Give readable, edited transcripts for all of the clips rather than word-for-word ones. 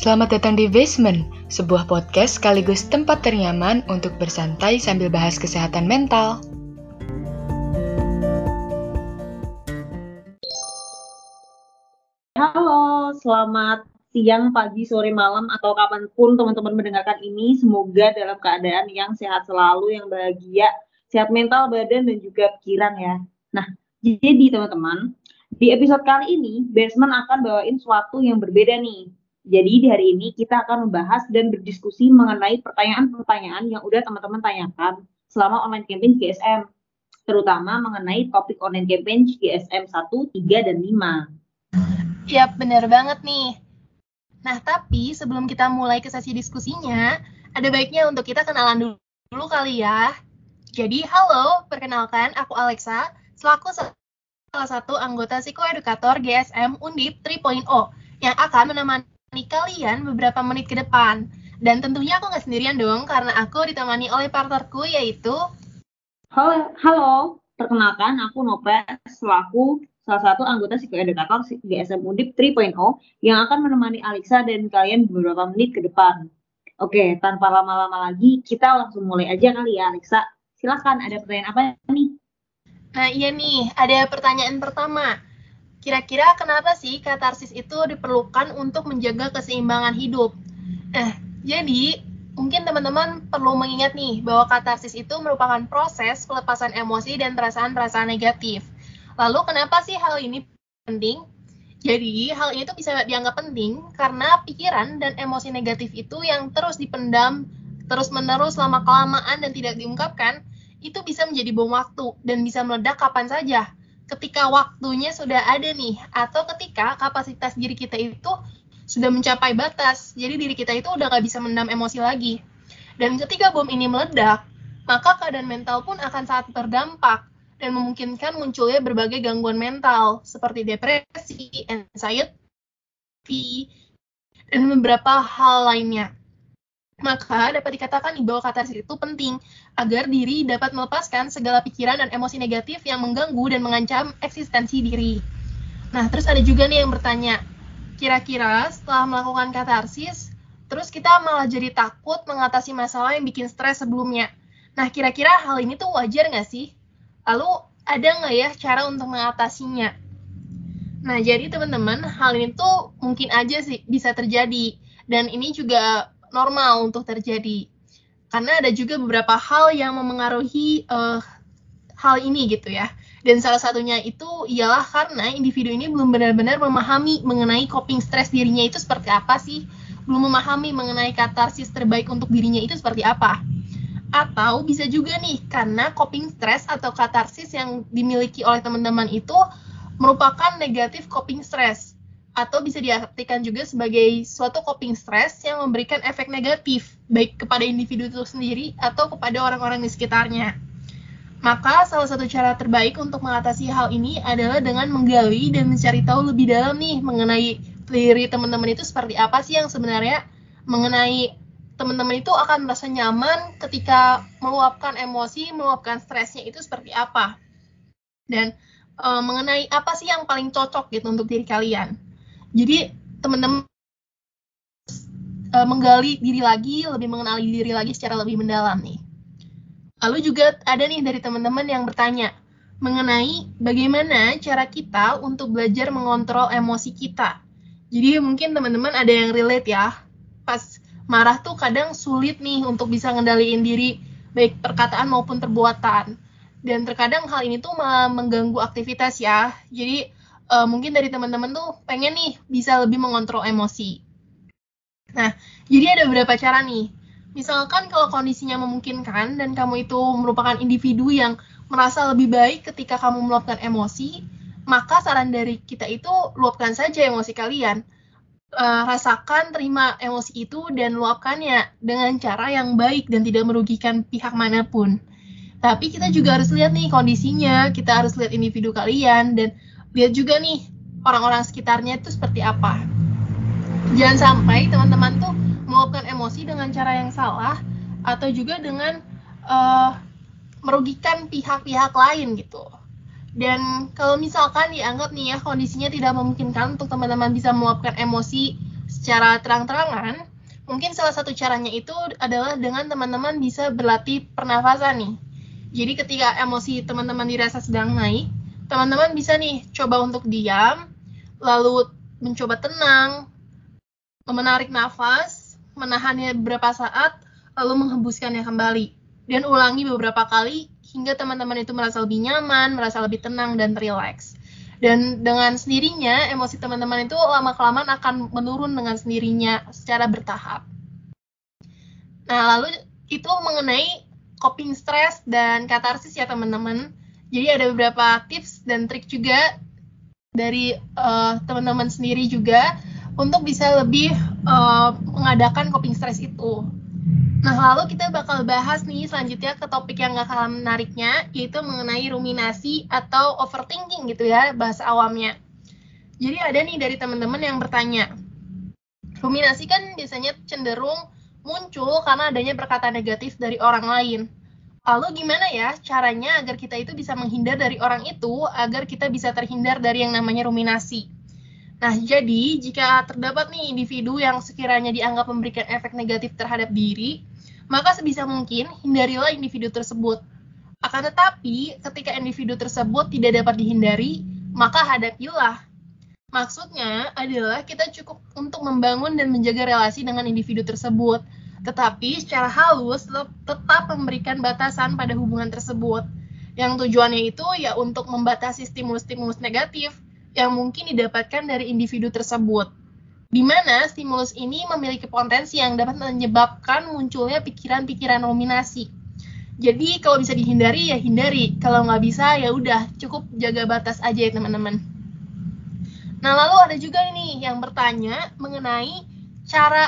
Selamat datang di Basement, sebuah podcast sekaligus tempat ternyaman untuk bersantai sambil bahas kesehatan mental. Halo, selamat siang, pagi, sore, malam, atau kapanpun teman-teman mendengarkan ini. Semoga dalam keadaan yang sehat selalu, yang bahagia, sehat mental, badan, dan juga pikiran ya. Nah, jadi teman-teman, di episode kali ini, Basement akan bawain sesuatu yang berbeda nih. Jadi di hari ini kita akan membahas dan berdiskusi mengenai pertanyaan-pertanyaan yang udah teman-teman tanyakan selama online campaign GSM, terutama mengenai topik online campaign GSM 1, 3, dan 5. Yap, bener banget nih. Nah, tapi sebelum kita mulai ke sesi diskusinya, ada baiknya untuk kita kenalan dulu kali ya. Jadi, halo, perkenalkan aku Alexa, selaku salah satu anggota psikoedukator GSM Undip 3.0 yang akan menemani kalian beberapa menit ke depan. Dan tentunya aku nggak sendirian dong, karena aku ditemani oleh partnerku yaitu... Halo, perkenalkan aku Nopes, selaku salah satu anggota psikoedukator GSM Undip 3.0 yang akan menemani Alexa dan kalian beberapa menit ke depan. Oke, tanpa lama-lama lagi, kita langsung mulai aja kali ya, Alexa. Silahkan, ada pertanyaan apa nih? Nah, iya nih, ada pertanyaan pertama. Kira-kira kenapa sih katarsis itu diperlukan untuk menjaga keseimbangan hidup? Nah, jadi mungkin teman-teman perlu mengingat nih bahwa katarsis itu merupakan proses pelepasan emosi dan perasaan-perasaan negatif. Lalu kenapa sih hal ini penting? Jadi, hal ini tuh bisa dianggap penting karena pikiran dan emosi negatif itu yang terus dipendam terus-menerus lama-kelamaan dan tidak diungkapkan, itu bisa menjadi bom waktu dan bisa meledak kapan saja. Ketika waktunya sudah ada nih, atau ketika kapasitas diri kita itu sudah mencapai batas, jadi diri kita itu udah gak bisa mendam emosi lagi. Dan ketika bom ini meledak, maka keadaan mental pun akan sangat berdampak dan memungkinkan munculnya berbagai gangguan mental seperti depresi, anxiety, dan beberapa hal lainnya. Maka dapat dikatakan bahwa katarsis itu penting agar diri dapat melepaskan segala pikiran dan emosi negatif yang mengganggu dan mengancam eksistensi diri. Nah, terus ada juga nih yang bertanya, kira-kira setelah melakukan katarsis, terus kita malah jadi takut mengatasi masalah yang bikin stres sebelumnya. Nah, kira-kira hal ini tuh wajar nggak sih? Lalu, ada nggak ya cara untuk mengatasinya? Nah, jadi teman-teman, hal ini tuh mungkin aja sih bisa terjadi. Dan ini juga normal untuk terjadi. Karena ada juga beberapa hal yang memengaruhi hal ini gitu ya. Dan salah satunya itu ialah karena individu ini belum benar-benar memahami mengenai coping stress dirinya itu seperti apa sih. Belum memahami mengenai katarsis terbaik untuk dirinya itu seperti apa. Atau bisa juga nih, karena coping stress atau katarsis yang dimiliki oleh teman-teman itu merupakan negatif coping stress. Atau bisa diartikan juga sebagai suatu coping stress yang memberikan efek negatif, baik kepada individu itu sendiri atau kepada orang-orang di sekitarnya. Maka salah satu cara terbaik untuk mengatasi hal ini adalah dengan menggali dan mencari tahu lebih dalam nih mengenai diri teman-teman itu seperti apa sih yang sebenarnya, mengenai teman-teman itu akan merasa nyaman ketika meluapkan emosi, meluapkan stresnya itu seperti apa. Dan mengenai apa sih yang paling cocok gitu untuk diri kalian. Jadi teman-teman menggali diri lagi, lebih mengenali diri lagi secara lebih mendalam nih. Lalu juga ada nih dari teman-teman yang bertanya mengenai bagaimana cara kita untuk belajar mengontrol emosi kita. Jadi mungkin teman-teman ada yang relate ya, pas marah tuh kadang sulit nih untuk bisa ngendaliin diri, baik perkataan maupun perbuatan. Dan terkadang hal ini tuh malah mengganggu aktivitas ya. Jadi mungkin dari teman-teman tuh pengen nih bisa lebih mengontrol emosi. Nah, jadi ada beberapa cara nih. Misalkan kalau kondisinya memungkinkan dan kamu itu merupakan individu yang merasa lebih baik ketika kamu meluapkan emosi, maka saran dari kita itu luapkan saja emosi kalian. Rasakan, terima emosi itu dan luapkannya dengan cara yang baik dan tidak merugikan pihak manapun. Tapi kita juga harus lihat nih kondisinya, kita harus lihat individu kalian dan lihat juga nih orang-orang sekitarnya itu seperti apa. Jangan sampai teman-teman tuh meluapkan emosi dengan cara yang salah atau juga dengan merugikan pihak-pihak lain gitu. Dan kalau misalkan dianggap nih ya kondisinya tidak memungkinkan untuk teman-teman bisa meluapkan emosi secara terang-terangan, mungkin salah satu caranya itu adalah dengan teman-teman bisa berlatih pernafasan nih. Jadi ketika emosi teman-teman dirasa sedang naik, teman-teman bisa nih coba untuk diam, lalu mencoba tenang, menarik nafas, menahannya beberapa saat, lalu menghembuskannya kembali. Dan ulangi beberapa kali hingga teman-teman itu merasa lebih nyaman, merasa lebih tenang dan rileks. Dan dengan sendirinya, emosi teman-teman itu lama-kelamaan akan menurun dengan sendirinya secara bertahap. Nah, lalu itu mengenai coping stress dan katarsis ya teman-teman. Jadi ada beberapa tips dan trik juga dari teman-teman sendiri juga untuk bisa lebih mengadakan coping stress itu. Nah, lalu kita bakal bahas nih selanjutnya ke topik yang gak kalah menariknya, yaitu mengenai ruminasi atau overthinking gitu ya, bahasa awamnya. Jadi ada nih dari teman-teman yang bertanya, ruminasi kan biasanya cenderung muncul karena adanya perkataan negatif dari orang lain. Lalu gimana ya caranya agar kita itu bisa menghindar dari orang itu, agar kita bisa terhindar dari yang namanya ruminasi? Nah, jadi jika terdapat nih individu yang sekiranya dianggap memberikan efek negatif terhadap diri, maka sebisa mungkin hindarilah individu tersebut. Akan tetapi, ketika individu tersebut tidak dapat dihindari, maka hadapilah. Maksudnya adalah kita cukup untuk membangun dan menjaga relasi dengan individu tersebut, tetapi secara halus tetap memberikan batasan pada hubungan tersebut. Yang tujuannya itu ya untuk membatasi stimulus-stimulus negatif yang mungkin didapatkan dari individu tersebut. Di mana stimulus ini memiliki potensi yang dapat menyebabkan munculnya pikiran-pikiran ruminasi. Jadi kalau bisa dihindari ya hindari, kalau nggak bisa ya udah cukup jaga batas aja ya teman-teman. Nah lalu ada juga nih yang bertanya mengenai cara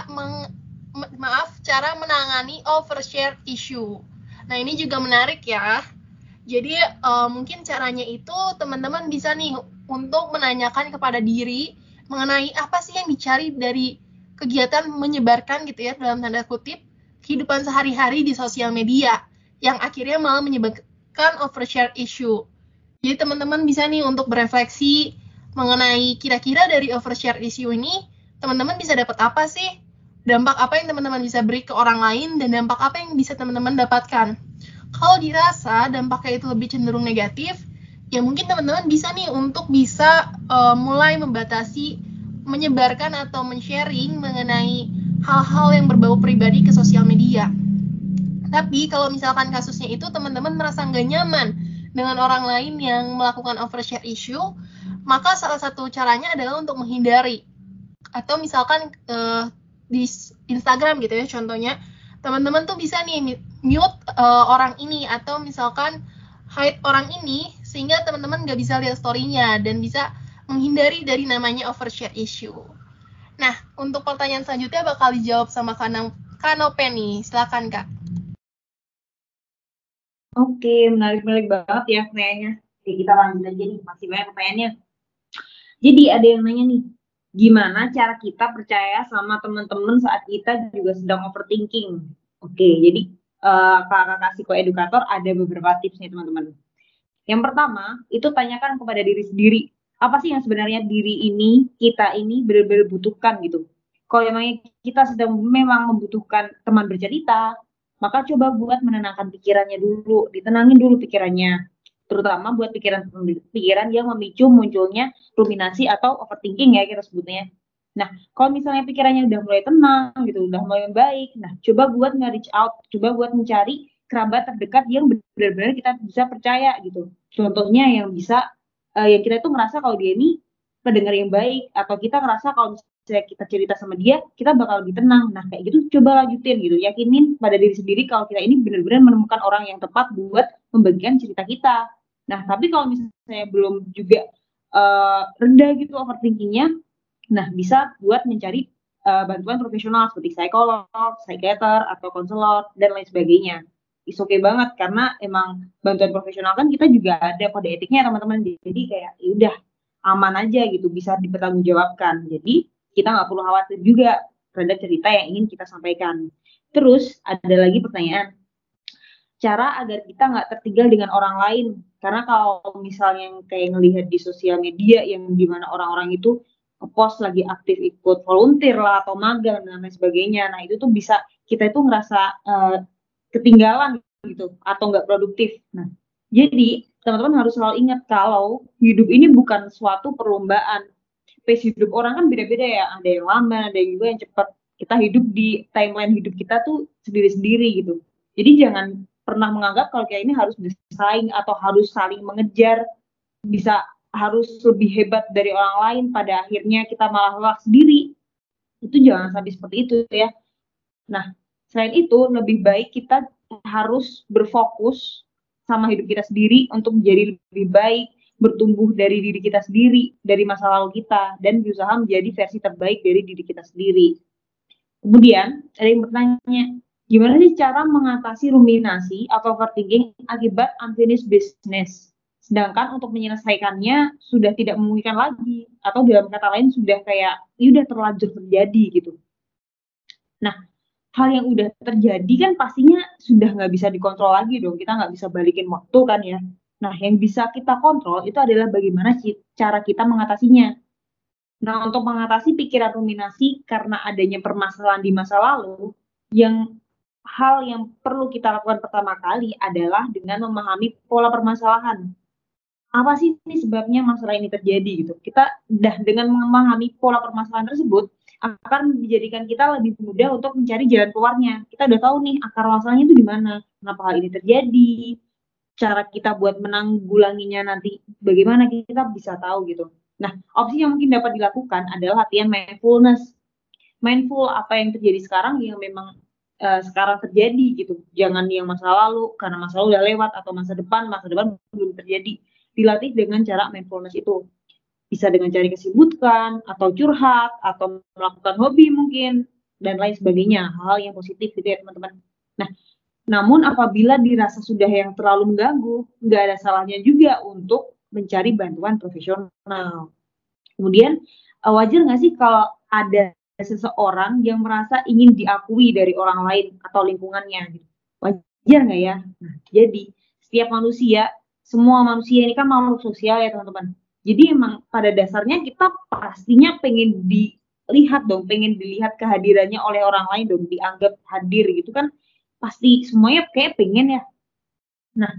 menangani overshare issue. Nah ini juga menarik ya. Jadi mungkin caranya itu teman-teman bisa nih untuk menanyakan kepada diri mengenai apa sih yang dicari dari kegiatan menyebarkan gitu ya dalam tanda kutip kehidupan sehari-hari di sosial media yang akhirnya malah menyebabkan overshare issue. Jadi teman-teman bisa nih untuk berefleksi mengenai kira-kira dari overshare issue ini teman-teman bisa dapat apa sih? Dampak apa yang teman-teman bisa beri ke orang lain dan dampak apa yang bisa teman-teman dapatkan? Kalau dirasa dampaknya itu lebih cenderung negatif, ya mungkin teman-teman bisa nih untuk bisa mulai membatasi menyebarkan atau men-sharing mengenai hal-hal yang berbau pribadi ke sosial media. Tapi kalau misalkan kasusnya itu teman-teman merasa nggak nyaman dengan orang lain yang melakukan overshare issue, maka salah satu caranya adalah untuk menghindari. Atau misalkan di Instagram gitu ya contohnya, teman-teman tuh bisa nih mute orang ini atau misalkan hide orang ini sehingga teman-teman nggak bisa lihat story-nya dan bisa menghindari dari namanya overshare issue. Nah, untuk pertanyaan selanjutnya bakal dijawab sama Kanope nih. Silakan Kak. Oke, menarik banget ya kayaknya. Oke, kita lanjut aja nih, masih banyak pertanyaannya. Jadi ada yang nanya nih, gimana cara kita percaya sama teman-teman saat kita juga sedang overthinking? Oke, jadi kakak kasih koedukator ada beberapa tips nih teman-teman. Yang pertama, itu tanyakan kepada diri sendiri. Apa sih yang sebenarnya diri ini, kita ini benar-benar butuhkan gitu. Kalau memang kita sedang memang membutuhkan teman bercerita, maka coba buat menenangkan pikirannya dulu, ditenangin dulu pikirannya. Terutama buat pikiran yang memicu munculnya ruminasi atau overthinking ya kita sebutnya. Nah, kalau misalnya pikirannya udah mulai tenang gitu, udah mulai baik, nah coba buat nge-reach out, coba buat mencari kerabat terdekat yang benar-benar kita bisa percaya gitu. Contohnya yang bisa yang kita tuh ngerasa kalau dia ini pendengar yang baik, atau kita ngerasa kalau misalnya kita cerita sama dia, kita bakal lebih tenang. Nah, kayak gitu coba lanjutin gitu. Yakinin pada diri sendiri kalau kita ini benar-benar menemukan orang yang tepat buat membagikan cerita kita. Nah, tapi kalau misalnya belum juga rendah gitu overthinkingnya, nah bisa buat mencari bantuan profesional seperti psikolog, psikiater, atau konselor, dan lain sebagainya. Is okay banget karena emang bantuan profesional kan kita juga ada kode etiknya teman-teman. Jadi kayak ya udah aman aja gitu, bisa dipertanggungjawabkan. Jadi kita nggak perlu khawatir juga terhadap cerita yang ingin kita sampaikan. Terus ada lagi pertanyaan, cara agar kita nggak tertinggal dengan orang lain. Karena kalau misalnya yang kayak ngelihat di sosial media yang dimana orang-orang itu ngepost lagi aktif ikut volunteer lah atau magang dan lain sebagainya. Nah itu tuh bisa kita itu ngerasa ketinggalan gitu atau nggak produktif. Nah jadi teman-teman harus selalu ingat kalau hidup ini bukan suatu perlombaan. Pace hidup orang kan beda-beda ya, ada yang lama, ada yang juga yang cepat. Kita hidup di timeline hidup kita tuh sendiri-sendiri gitu. Jadi jangan pernah menganggap kalau kayak ini harus bersaing atau harus saling mengejar, bisa harus lebih hebat dari orang lain, pada akhirnya kita malah lelah sendiri. Itu jangan sampai seperti itu ya. Nah, selain itu lebih baik kita harus berfokus sama hidup kita sendiri untuk menjadi lebih baik, bertumbuh dari diri kita sendiri, dari masa lalu kita, dan berusaha menjadi versi terbaik dari diri kita sendiri. Kemudian, ada yang bertanya, gimana sih cara mengatasi ruminasi atau overthinking akibat unfinished business? Sedangkan untuk menyelesaikannya sudah tidak memungkinkan lagi, atau dalam kata lain sudah kayak, ya udah terlanjur terjadi gitu. Nah, hal yang udah terjadi kan pastinya sudah nggak bisa dikontrol lagi dong, kita nggak bisa balikin waktu kan ya. Nah, yang bisa kita kontrol itu adalah bagaimana cara kita mengatasinya. Nah, untuk mengatasi pikiran ruminasi karena adanya permasalahan di masa lalu, hal yang perlu kita lakukan pertama kali adalah dengan memahami pola permasalahan. Apa sih ini sebabnya masalah ini terjadi gitu. Kita dengan memahami pola permasalahan tersebut akan menjadikan kita lebih mudah untuk mencari jalan keluarnya. Kita udah tahu nih akar masalahnya itu di mana, kenapa hal ini terjadi, cara kita buat menanggulanginya nanti bagaimana kita bisa tahu gitu. Nah, opsi yang mungkin dapat dilakukan adalah latihan mindfulness. Mindful apa yang terjadi sekarang yang memang sekarang terjadi gitu. Jangan yang masa lalu, karena masa lalu udah lewat, atau masa depan belum terjadi. Dilatih dengan cara mindfulness itu. Bisa dengan cari kesibukan, atau curhat, atau melakukan hobi mungkin, dan lain sebagainya. Hal yang positif gitu ya teman-teman. Nah, namun apabila dirasa sudah yang terlalu mengganggu, nggak ada salahnya juga untuk mencari bantuan profesional. Kemudian wajar nggak sih kalau ada seseorang yang merasa ingin diakui dari orang lain atau lingkungannya gitu. Wajar nggak ya? Nah, jadi setiap manusia, semua manusia ini kan makhluk sosial ya teman-teman. Jadi emang pada dasarnya kita pastinya pengen dilihat dong, pengen dilihat kehadirannya oleh orang lain dong, dianggap hadir gitu kan. Pasti semuanya kayak pengen ya. Nah,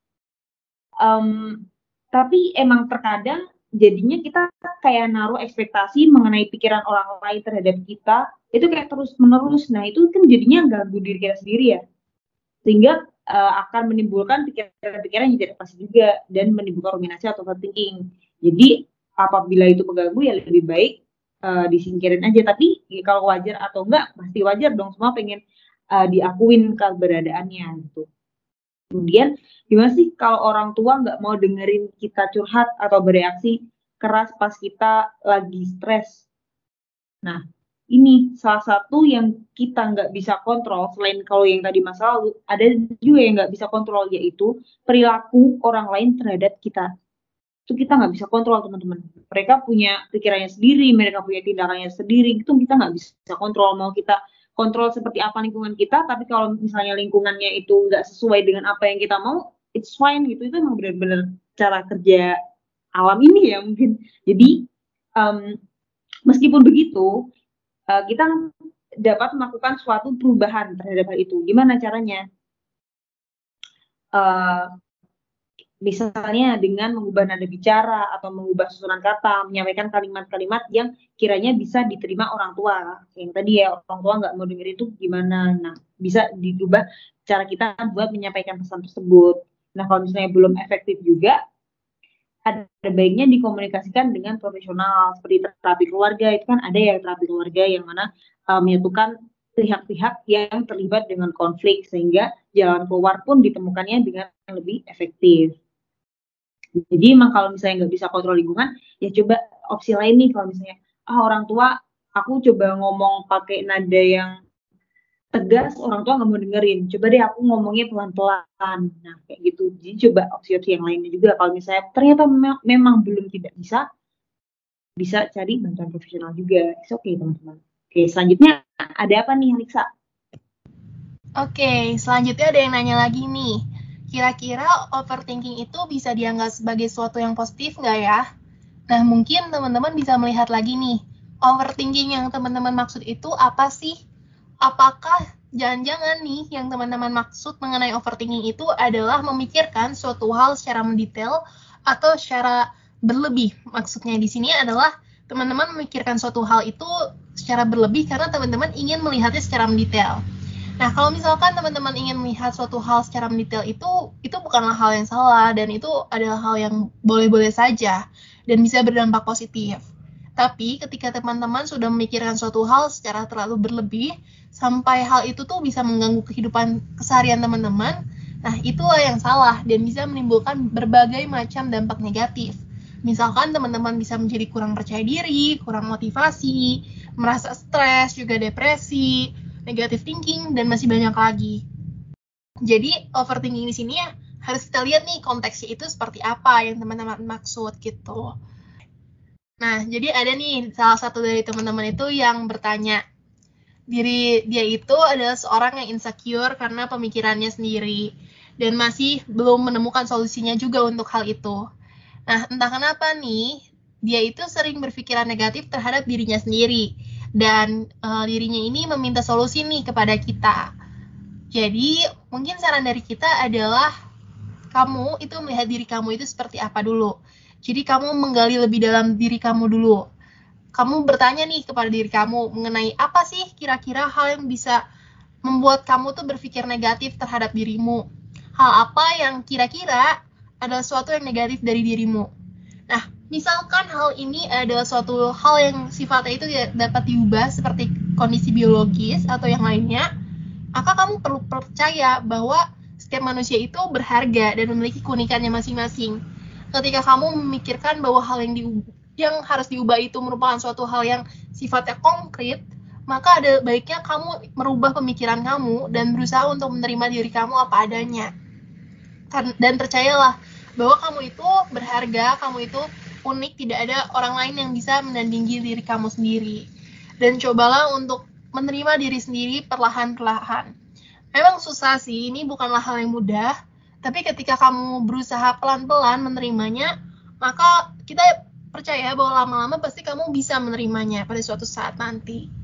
tapi emang terkadang jadinya kita kayak naruh ekspektasi mengenai pikiran orang lain terhadap kita, itu kayak terus menerus. Nah itu kan jadinya ganggu diri kita sendiri ya, sehingga akan menimbulkan pikiran-pikiran yang tidak pasti juga dan menimbulkan ruminasi atau overthinking. Jadi apabila itu mengganggu ya lebih baik disingkirin aja. Tapi ya, kalau wajar atau enggak pasti wajar dong, semua pengen diakuin keberadaannya gitu. Kemudian gimana sih kalau orang tua nggak mau dengerin kita curhat atau bereaksi keras pas kita lagi stres? Nah, ini salah satu yang kita nggak bisa kontrol. Selain kalau yang tadi masa lalu, ada juga yang nggak bisa kontrol, yaitu perilaku orang lain terhadap kita. Itu kita nggak bisa kontrol teman-teman. Mereka punya pikirannya sendiri, mereka punya tindakannya sendiri, itu kita nggak bisa kontrol. Mau kita kontrol seperti apa lingkungan kita, tapi kalau misalnya lingkungannya itu nggak sesuai dengan apa yang kita mau, it's fine gitu. Itu emang benar-benar cara kerja alam ini ya mungkin. Jadi meskipun begitu, kita dapat melakukan suatu perubahan terhadap hal itu. Gimana caranya? Misalnya dengan mengubah nada bicara atau mengubah susunan kata, menyampaikan kalimat-kalimat yang kiranya bisa diterima orang tua. Yang tadi ya, orang tua nggak mau dengerin itu gimana. Nah, bisa diubah cara kita buat menyampaikan pesan tersebut. Nah, kalau misalnya belum efektif juga, ada baiknya dikomunikasikan dengan profesional. Seperti terapi keluarga, itu kan ada ya terapi keluarga yang mana menyatukan pihak-pihak yang terlibat dengan konflik, sehingga jalan keluar pun ditemukannya dengan lebih efektif. Jadi emang kalau misalnya nggak bisa kontrol lingkungan, ya coba opsi lain nih. Kalau misalnya orang tua, aku coba ngomong pakai nada yang tegas, orang tua nggak mau dengerin. Coba deh aku ngomongnya pelan-pelan. Nah kayak gitu. Jadi coba opsi-opsi yang lainnya juga. Kalau misalnya ternyata memang belum tidak bisa cari bantuan profesional juga. It's okay teman-teman. Oke, selanjutnya ada apa nih Aliksa? Oke, selanjutnya ada yang nanya lagi nih. Kira-kira overthinking itu bisa dianggap sebagai sesuatu yang positif nggak ya? Nah, mungkin teman-teman bisa melihat lagi nih, overthinking yang teman-teman maksud itu apa sih? Apakah jangan-jangan nih yang teman-teman maksud mengenai overthinking itu adalah memikirkan suatu hal secara mendetail atau secara berlebih? Maksudnya di sini adalah teman-teman memikirkan suatu hal itu secara berlebih karena teman-teman ingin melihatnya secara mendetail. Nah, kalau misalkan teman-teman ingin melihat suatu hal secara mendetail itu bukanlah hal yang salah dan itu adalah hal yang boleh-boleh saja dan bisa berdampak positif. Tapi ketika teman-teman sudah memikirkan suatu hal secara terlalu berlebih sampai hal itu tuh bisa mengganggu kehidupan keseharian teman-teman, nah itulah yang salah dan bisa menimbulkan berbagai macam dampak negatif. Misalkan teman-teman bisa menjadi kurang percaya diri, kurang motivasi, merasa stres, juga depresi, negative thinking, dan masih banyak lagi. Jadi overthinking di sini ya harus kita lihat nih konteksnya itu seperti apa yang teman-teman maksud gitu. Nah, jadi ada nih salah satu dari teman-teman itu yang bertanya, diri dia itu adalah seorang yang insecure karena pemikirannya sendiri dan masih belum menemukan solusinya juga untuk hal itu. Nah, entah kenapa nih, dia itu sering berpikiran negatif terhadap dirinya sendiri dan dirinya ini meminta solusi nih kepada kita. Jadi, mungkin saran dari kita adalah kamu itu melihat diri kamu itu seperti apa dulu. Jadi kamu menggali lebih dalam diri kamu dulu. Kamu bertanya nih kepada diri kamu mengenai apa sih kira-kira hal yang bisa membuat kamu tuh berpikir negatif terhadap dirimu. Hal apa yang kira-kira adalah suatu yang negatif dari dirimu. Nah, misalkan hal ini adalah suatu hal yang sifatnya itu dapat diubah seperti kondisi biologis atau yang lainnya, maka kamu perlu percaya bahwa setiap manusia itu berharga dan memiliki keunikannya masing-masing. Ketika kamu memikirkan bahwa hal yang harus diubah itu merupakan suatu hal yang sifatnya konkret, maka ada baiknya kamu merubah pemikiran kamu dan berusaha untuk menerima diri kamu apa adanya. Dan percayalah bahwa kamu itu berharga, kamu itu unik, tidak ada orang lain yang bisa menandingi diri kamu sendiri. Dan cobalah untuk menerima diri sendiri perlahan-lahan. Memang susah sih, ini bukanlah hal yang mudah, tapi ketika kamu berusaha pelan-pelan menerimanya, maka kita percaya bahwa lama-lama pasti kamu bisa menerimanya pada suatu saat nanti.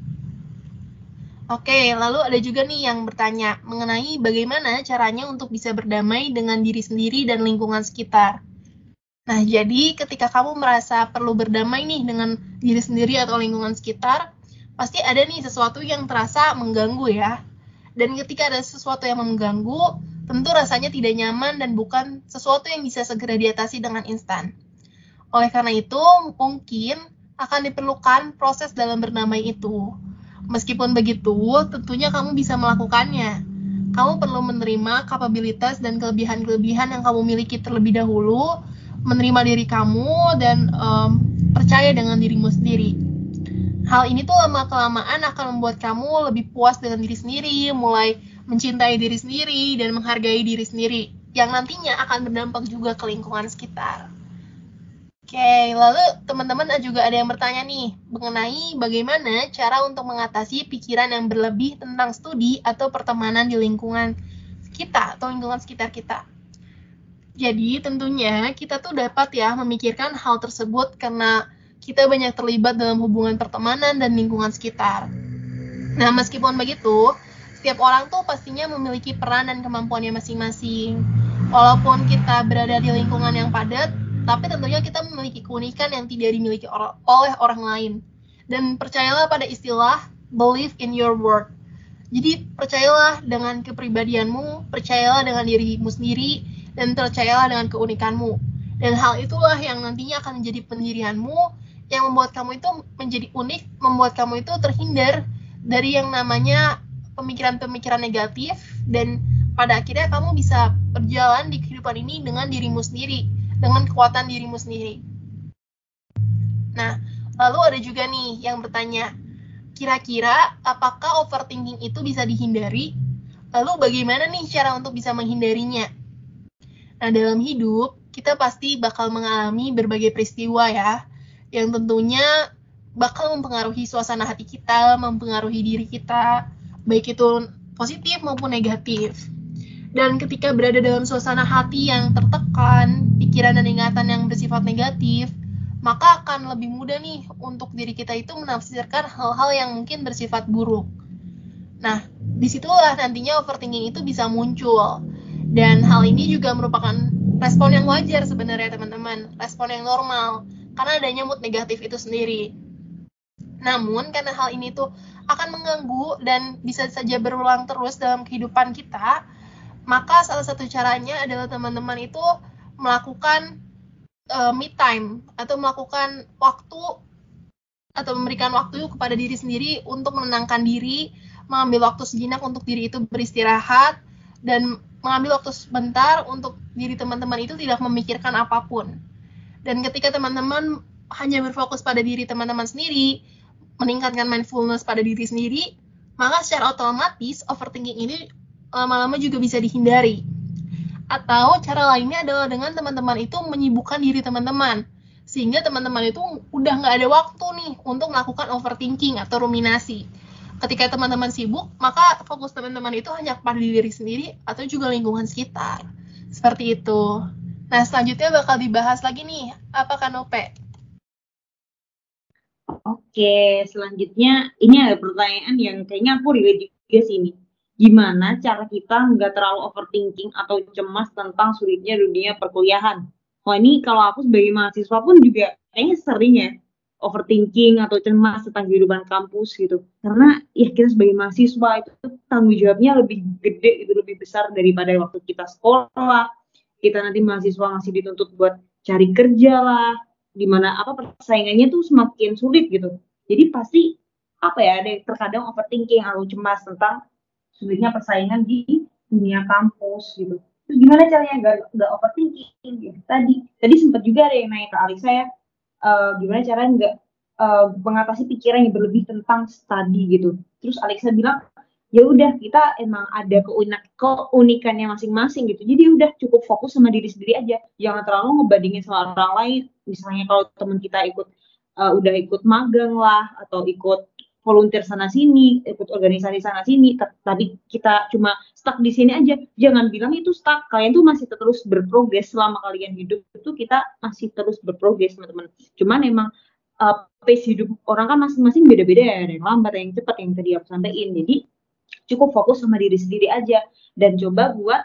Oke, lalu ada juga nih yang bertanya mengenai bagaimana caranya untuk bisa berdamai dengan diri sendiri dan lingkungan sekitar. Nah, jadi ketika kamu merasa perlu berdamai nih dengan diri sendiri atau lingkungan sekitar, pasti ada nih sesuatu yang terasa mengganggu ya. Dan ketika ada sesuatu yang mengganggu, tentu rasanya tidak nyaman dan bukan sesuatu yang bisa segera diatasi dengan instan. Oleh karena itu, mungkin akan diperlukan proses dalam berdamai itu. Meskipun begitu, tentunya kamu bisa melakukannya. Kamu perlu menerima kapabilitas dan kelebihan-kelebihan yang kamu miliki terlebih dahulu, menerima diri kamu, dan percaya dengan dirimu sendiri. Hal ini tuh lama-kelamaan akan membuat kamu lebih puas dengan diri sendiri, mulai mencintai diri sendiri, dan menghargai diri sendiri, yang nantinya akan berdampak juga ke lingkungan sekitar. Oke, lalu teman-teman juga ada yang bertanya nih, mengenai bagaimana cara untuk mengatasi pikiran yang berlebih tentang studi atau pertemanan di lingkungan kita, atau lingkungan sekitar kita. Jadi tentunya kita tuh dapat ya memikirkan hal tersebut karena kita banyak terlibat dalam hubungan pertemanan dan lingkungan sekitar. Nah, meskipun begitu, setiap orang tuh pastinya memiliki peran dan kemampuannya masing-masing. Walaupun kita berada di lingkungan yang padat, tapi tentunya kita memiliki keunikan yang tidak dimiliki oleh orang lain. Dan percayalah pada istilah believe in your worth. Jadi percayalah dengan kepribadianmu, percayalah dengan dirimu sendiri, dan percayalah dengan keunikanmu. Dan hal itulah yang nantinya akan menjadi pendirianmu, yang membuat kamu itu menjadi unik, membuat kamu itu terhindar dari yang namanya pemikiran-pemikiran negatif, dan pada akhirnya kamu bisa berjalan di kehidupan ini dengan dirimu sendiri, dengan kekuatan dirimu sendiri. Nah, lalu ada juga nih yang bertanya, kira-kira apakah overthinking itu bisa dihindari? Lalu bagaimana nih cara untuk bisa menghindarinya? Nah, dalam hidup, kita pasti bakal mengalami berbagai peristiwa ya, yang tentunya bakal mempengaruhi suasana hati kita, mempengaruhi diri kita, baik itu positif maupun negatif. Dan ketika berada dalam suasana hati yang tertekan, pikiran dan ingatan yang bersifat negatif, maka akan lebih mudah nih untuk diri kita itu menafsirkan hal-hal yang mungkin bersifat buruk. Nah, disitulah nantinya overthinking itu bisa muncul. Dan hal ini juga merupakan respon yang wajar sebenarnya teman-teman, respon yang normal, karena adanya mood negatif itu sendiri. Namun, karena hal ini tuh akan mengganggu dan bisa saja berulang terus dalam kehidupan kita, maka salah satu caranya adalah teman-teman itu melakukan me time atau melakukan waktu atau memberikan waktu kepada diri sendiri untuk menenangkan diri, mengambil waktu sejenak untuk diri itu beristirahat, dan mengambil waktu sebentar untuk diri teman-teman itu tidak memikirkan apapun. Dan ketika teman-teman hanya berfokus pada diri teman-teman sendiri, meningkatkan mindfulness pada diri sendiri, maka secara otomatis overthinking ini lama-lama juga bisa dihindari. Atau cara lainnya adalah dengan teman-teman itu menyibukkan diri teman-teman, sehingga teman-teman itu udah nggak ada waktu nih untuk melakukan overthinking atau ruminasi. Ketika teman-teman sibuk, maka fokus teman-teman itu hanya pada diri sendiri atau juga lingkungan sekitar. Seperti itu. Nah, selanjutnya bakal dibahas lagi nih, apa Kanope? Oke, selanjutnya ini ada pertanyaan yang kayaknya aku relate juga sih ini. Gimana cara kita nggak terlalu overthinking atau cemas tentang sulitnya dunia perkuliahan? Wah, ini kalau aku sebagai mahasiswa pun juga kayaknya sering ya overthinking atau cemas tentang kehidupan kampus gitu. Karena ya kita sebagai mahasiswa itu tanggung jawabnya lebih gede, itu lebih besar daripada waktu kita sekolah. Kita nanti mahasiswa masih dituntut buat cari kerja lah, dimana persaingannya tuh semakin sulit gitu. Jadi pasti ada terkadang overthinking atau cemas tentang sulitnya persaingan di dunia kampus gitu. Terus gimana caranya nggak overthinking? Ya, tadi sempat juga ada yang nanya ke Alisa ya, gimana caranya nggak mengatasi pikiran yang berlebih tentang studi gitu. Terus Alexa bilang, ya udah kita emang ada keunikannya masing-masing gitu. Jadi udah cukup fokus sama diri sendiri aja. Jangan terlalu ngebandingin sama orang lain. Misalnya kalau teman kita udah ikut magang lah atau ikut volunteer sana sini, ikut organisasi sana sini, tapi kita cuma stuck di sini aja. Jangan bilang itu stuck. Kalian tuh masih terus berprogres selama kalian hidup itu, kita masih terus berprogres, teman-teman. Cuman emang pace hidup orang kan masing-masing beda-beda ya, ada yang lambat, ada yang cepat, yang tadi aku sampaikan. Jadi cukup fokus sama diri sendiri aja dan coba buat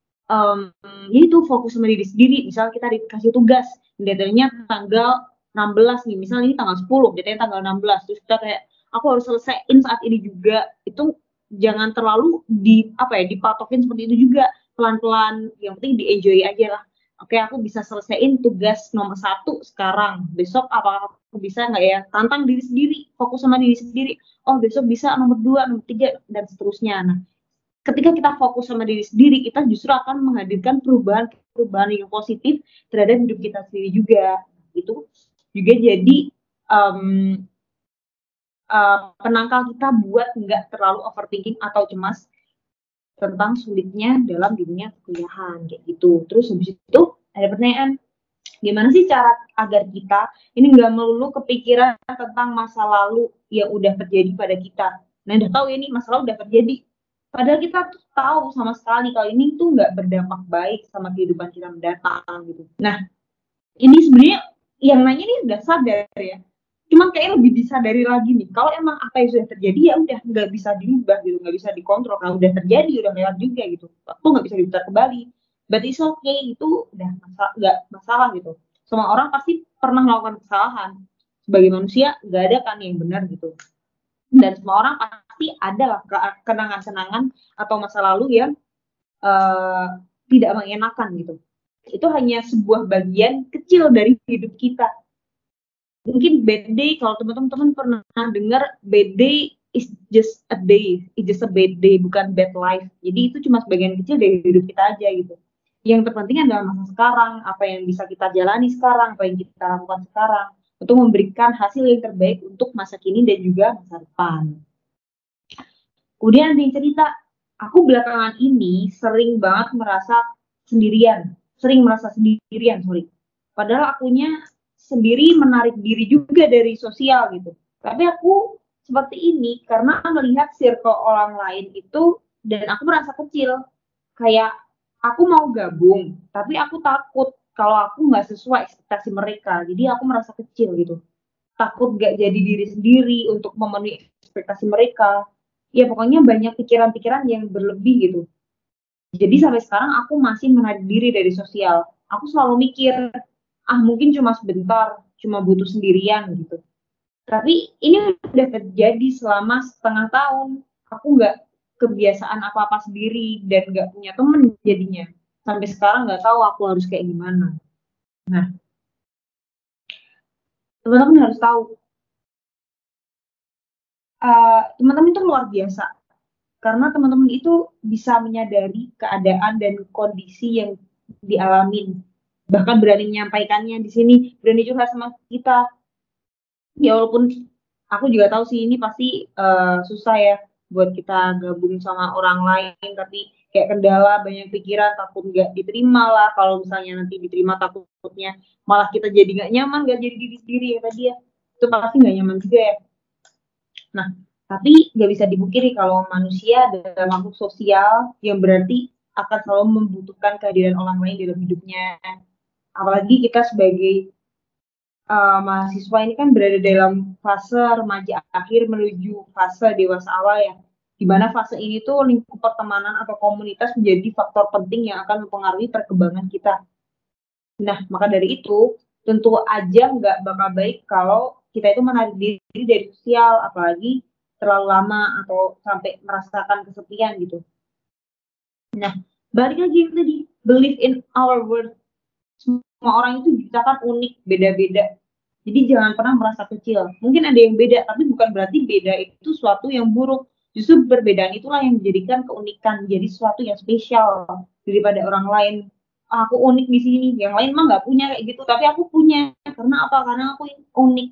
yaitu fokus sama diri sendiri. Misal kita dikasih tugas, deadline-nya tanggal 16 nih, misalnya ini tanggal 10, deadline tanggal 16, terus kita kayak aku harus selesaiin saat ini juga. Itu jangan terlalu dipatokin seperti itu juga, pelan-pelan, yang penting di-enjoy aja lah. Oke, aku bisa selesaiin tugas nomor 1 sekarang, besok apakah aku bisa nggak ya? Tantang diri sendiri, fokus sama diri sendiri. Oh, besok bisa nomor 2, nomor 3, dan seterusnya. Nah, ketika kita fokus sama diri sendiri, kita justru akan menghadirkan perubahan yang positif terhadap hidup kita sendiri juga. Itu juga jadi penangkal kita buat nggak terlalu overthinking atau cemas tentang sulitnya dalam dunia perkuliahan kayak gitu. Terus habis itu ada pertanyaan, gimana sih cara agar kita ini nggak melulu kepikiran tentang masa lalu yang udah terjadi pada kita. Nah, udah tahu ini masa lalu udah terjadi, padahal kita tuh tahu sama sekali kalau ini tuh nggak berdampak baik sama kehidupan kita mendatang gitu. Nah, ini sebenarnya yang nanya ini udah sadar ya, cuman kayak lebih disadari lagi nih, kalau emang apa yang sudah terjadi ya udah nggak bisa diubah gitu, nggak bisa dikontrol. Kalau udah terjadi udah lewat juga gitu, waktu nggak bisa diputar kembali, but it's okay, itu udah nggak masalah gitu. Semua orang pasti pernah melakukan kesalahan, sebagai manusia nggak ada kan yang benar gitu, dan semua orang pasti ada lah kenangan-kenangan atau masa lalu yang tidak mengenakan gitu. Itu hanya sebuah bagian kecil dari hidup kita. Mungkin bad day, kalau teman-teman pernah dengar, bad day is just a day, it's just a bad day, bukan bad life. Jadi itu cuma sebagian kecil dari hidup kita aja gitu. Yang terpenting adalah masa sekarang, apa yang bisa kita jalani sekarang, apa yang kita lakukan sekarang, untuk memberikan hasil yang terbaik untuk masa kini dan juga masa depan. Kemudian ada yang cerita, aku belakangan ini sering banget merasa sendirian. Padahal akunya sendiri menarik diri juga dari sosial gitu. Tapi aku seperti ini karena melihat circle orang lain itu, dan aku merasa kecil. Kayak aku mau gabung, tapi aku takut kalau aku nggak sesuai ekspektasi mereka, jadi aku merasa kecil gitu, takut nggak jadi diri sendiri untuk memenuhi ekspektasi mereka. Ya pokoknya banyak pikiran-pikiran yang berlebih gitu. Jadi sampai sekarang aku masih menarik diri dari sosial. Aku selalu mikir, mungkin cuma sebentar, cuma butuh sendirian gitu. Tapi ini udah terjadi selama setengah tahun. Aku nggak kebiasaan apa-apa sendiri dan nggak punya temen jadinya. Sampai sekarang nggak tahu aku harus kayak gimana. Nah, teman-teman harus tahu, teman-teman itu luar biasa. Karena teman-teman itu bisa menyadari keadaan dan kondisi yang dialamin. Bahkan berani menyampaikannya di sini, berani curhat sama kita. Ya walaupun aku juga tahu sih ini pasti susah ya buat kita gabung sama orang lain, tapi kayak kendala banyak pikiran, takut nggak diterima lah, kalau misalnya nanti diterima takutnya malah kita jadi nggak nyaman, nggak jadi diri sendiri ya tadi ya, itu pasti nggak nyaman juga ya. Nah, tapi nggak bisa dipungkiri kalau manusia adalah makhluk sosial yang berarti akan selalu membutuhkan kehadiran orang lain dalam hidupnya. Apalagi kita sebagai mahasiswa ini kan berada dalam fase remaja akhir menuju fase dewasa awal ya. Di mana fase ini tuh lingkup pertemanan atau komunitas menjadi faktor penting yang akan mempengaruhi perkembangan kita. Nah, maka dari itu tentu aja nggak bakal baik kalau kita itu menarik diri dari sosial, apalagi terlalu lama atau sampai merasakan kesepian gitu. Nah, balik lagi yang tadi, believe in our worth. Semua orang itu diciptakan unik, beda-beda. Jadi jangan pernah merasa kecil. Mungkin ada yang beda, tapi bukan berarti beda itu suatu yang buruk. Justru perbedaan itulah yang menjadikan keunikan, jadi sesuatu yang spesial daripada orang lain. Aku unik di sini, yang lain mah nggak punya kayak gitu, tapi aku punya. Karena apa? Karena aku unik.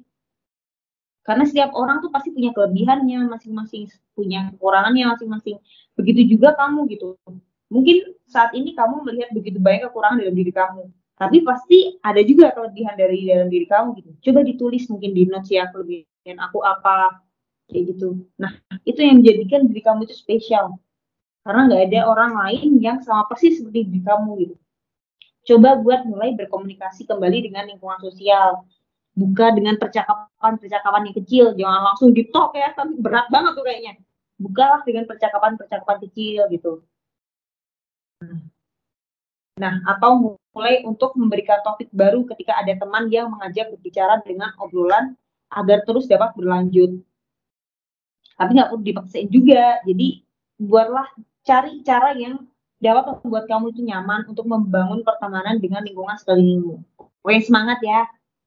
Karena setiap orang tuh pasti punya kelebihannya masing-masing, punya kekurangannya masing-masing. Begitu juga kamu gitu. Mungkin saat ini kamu melihat begitu banyak kekurangan dalam diri kamu, tapi pasti ada juga kelebihan dari dalam diri kamu gitu. Coba ditulis mungkin di notes ya, kelebihan aku apa, kayak gitu. Nah, itu yang menjadikan diri kamu itu spesial. Karena nggak ada orang lain yang sama persis seperti diri kamu gitu. Coba buat mulai berkomunikasi kembali dengan lingkungan sosial. Buka dengan percakapan-percakapan yang kecil, jangan langsung di-talk ya, tapi berat banget tuh kayaknya. Bukalah dengan percakapan-percakapan kecil gitu. Nah, atau mulai untuk memberikan topik baru ketika ada teman yang mengajak berbicara dengan obrolan agar terus dapat berlanjut. Tapi nggak perlu dipaksain juga. Jadi buatlah, cari cara yang dapat membuat kamu itu nyaman untuk membangun pertemanan dengan lingkungan sekelilingmu. Pokoknya semangat ya.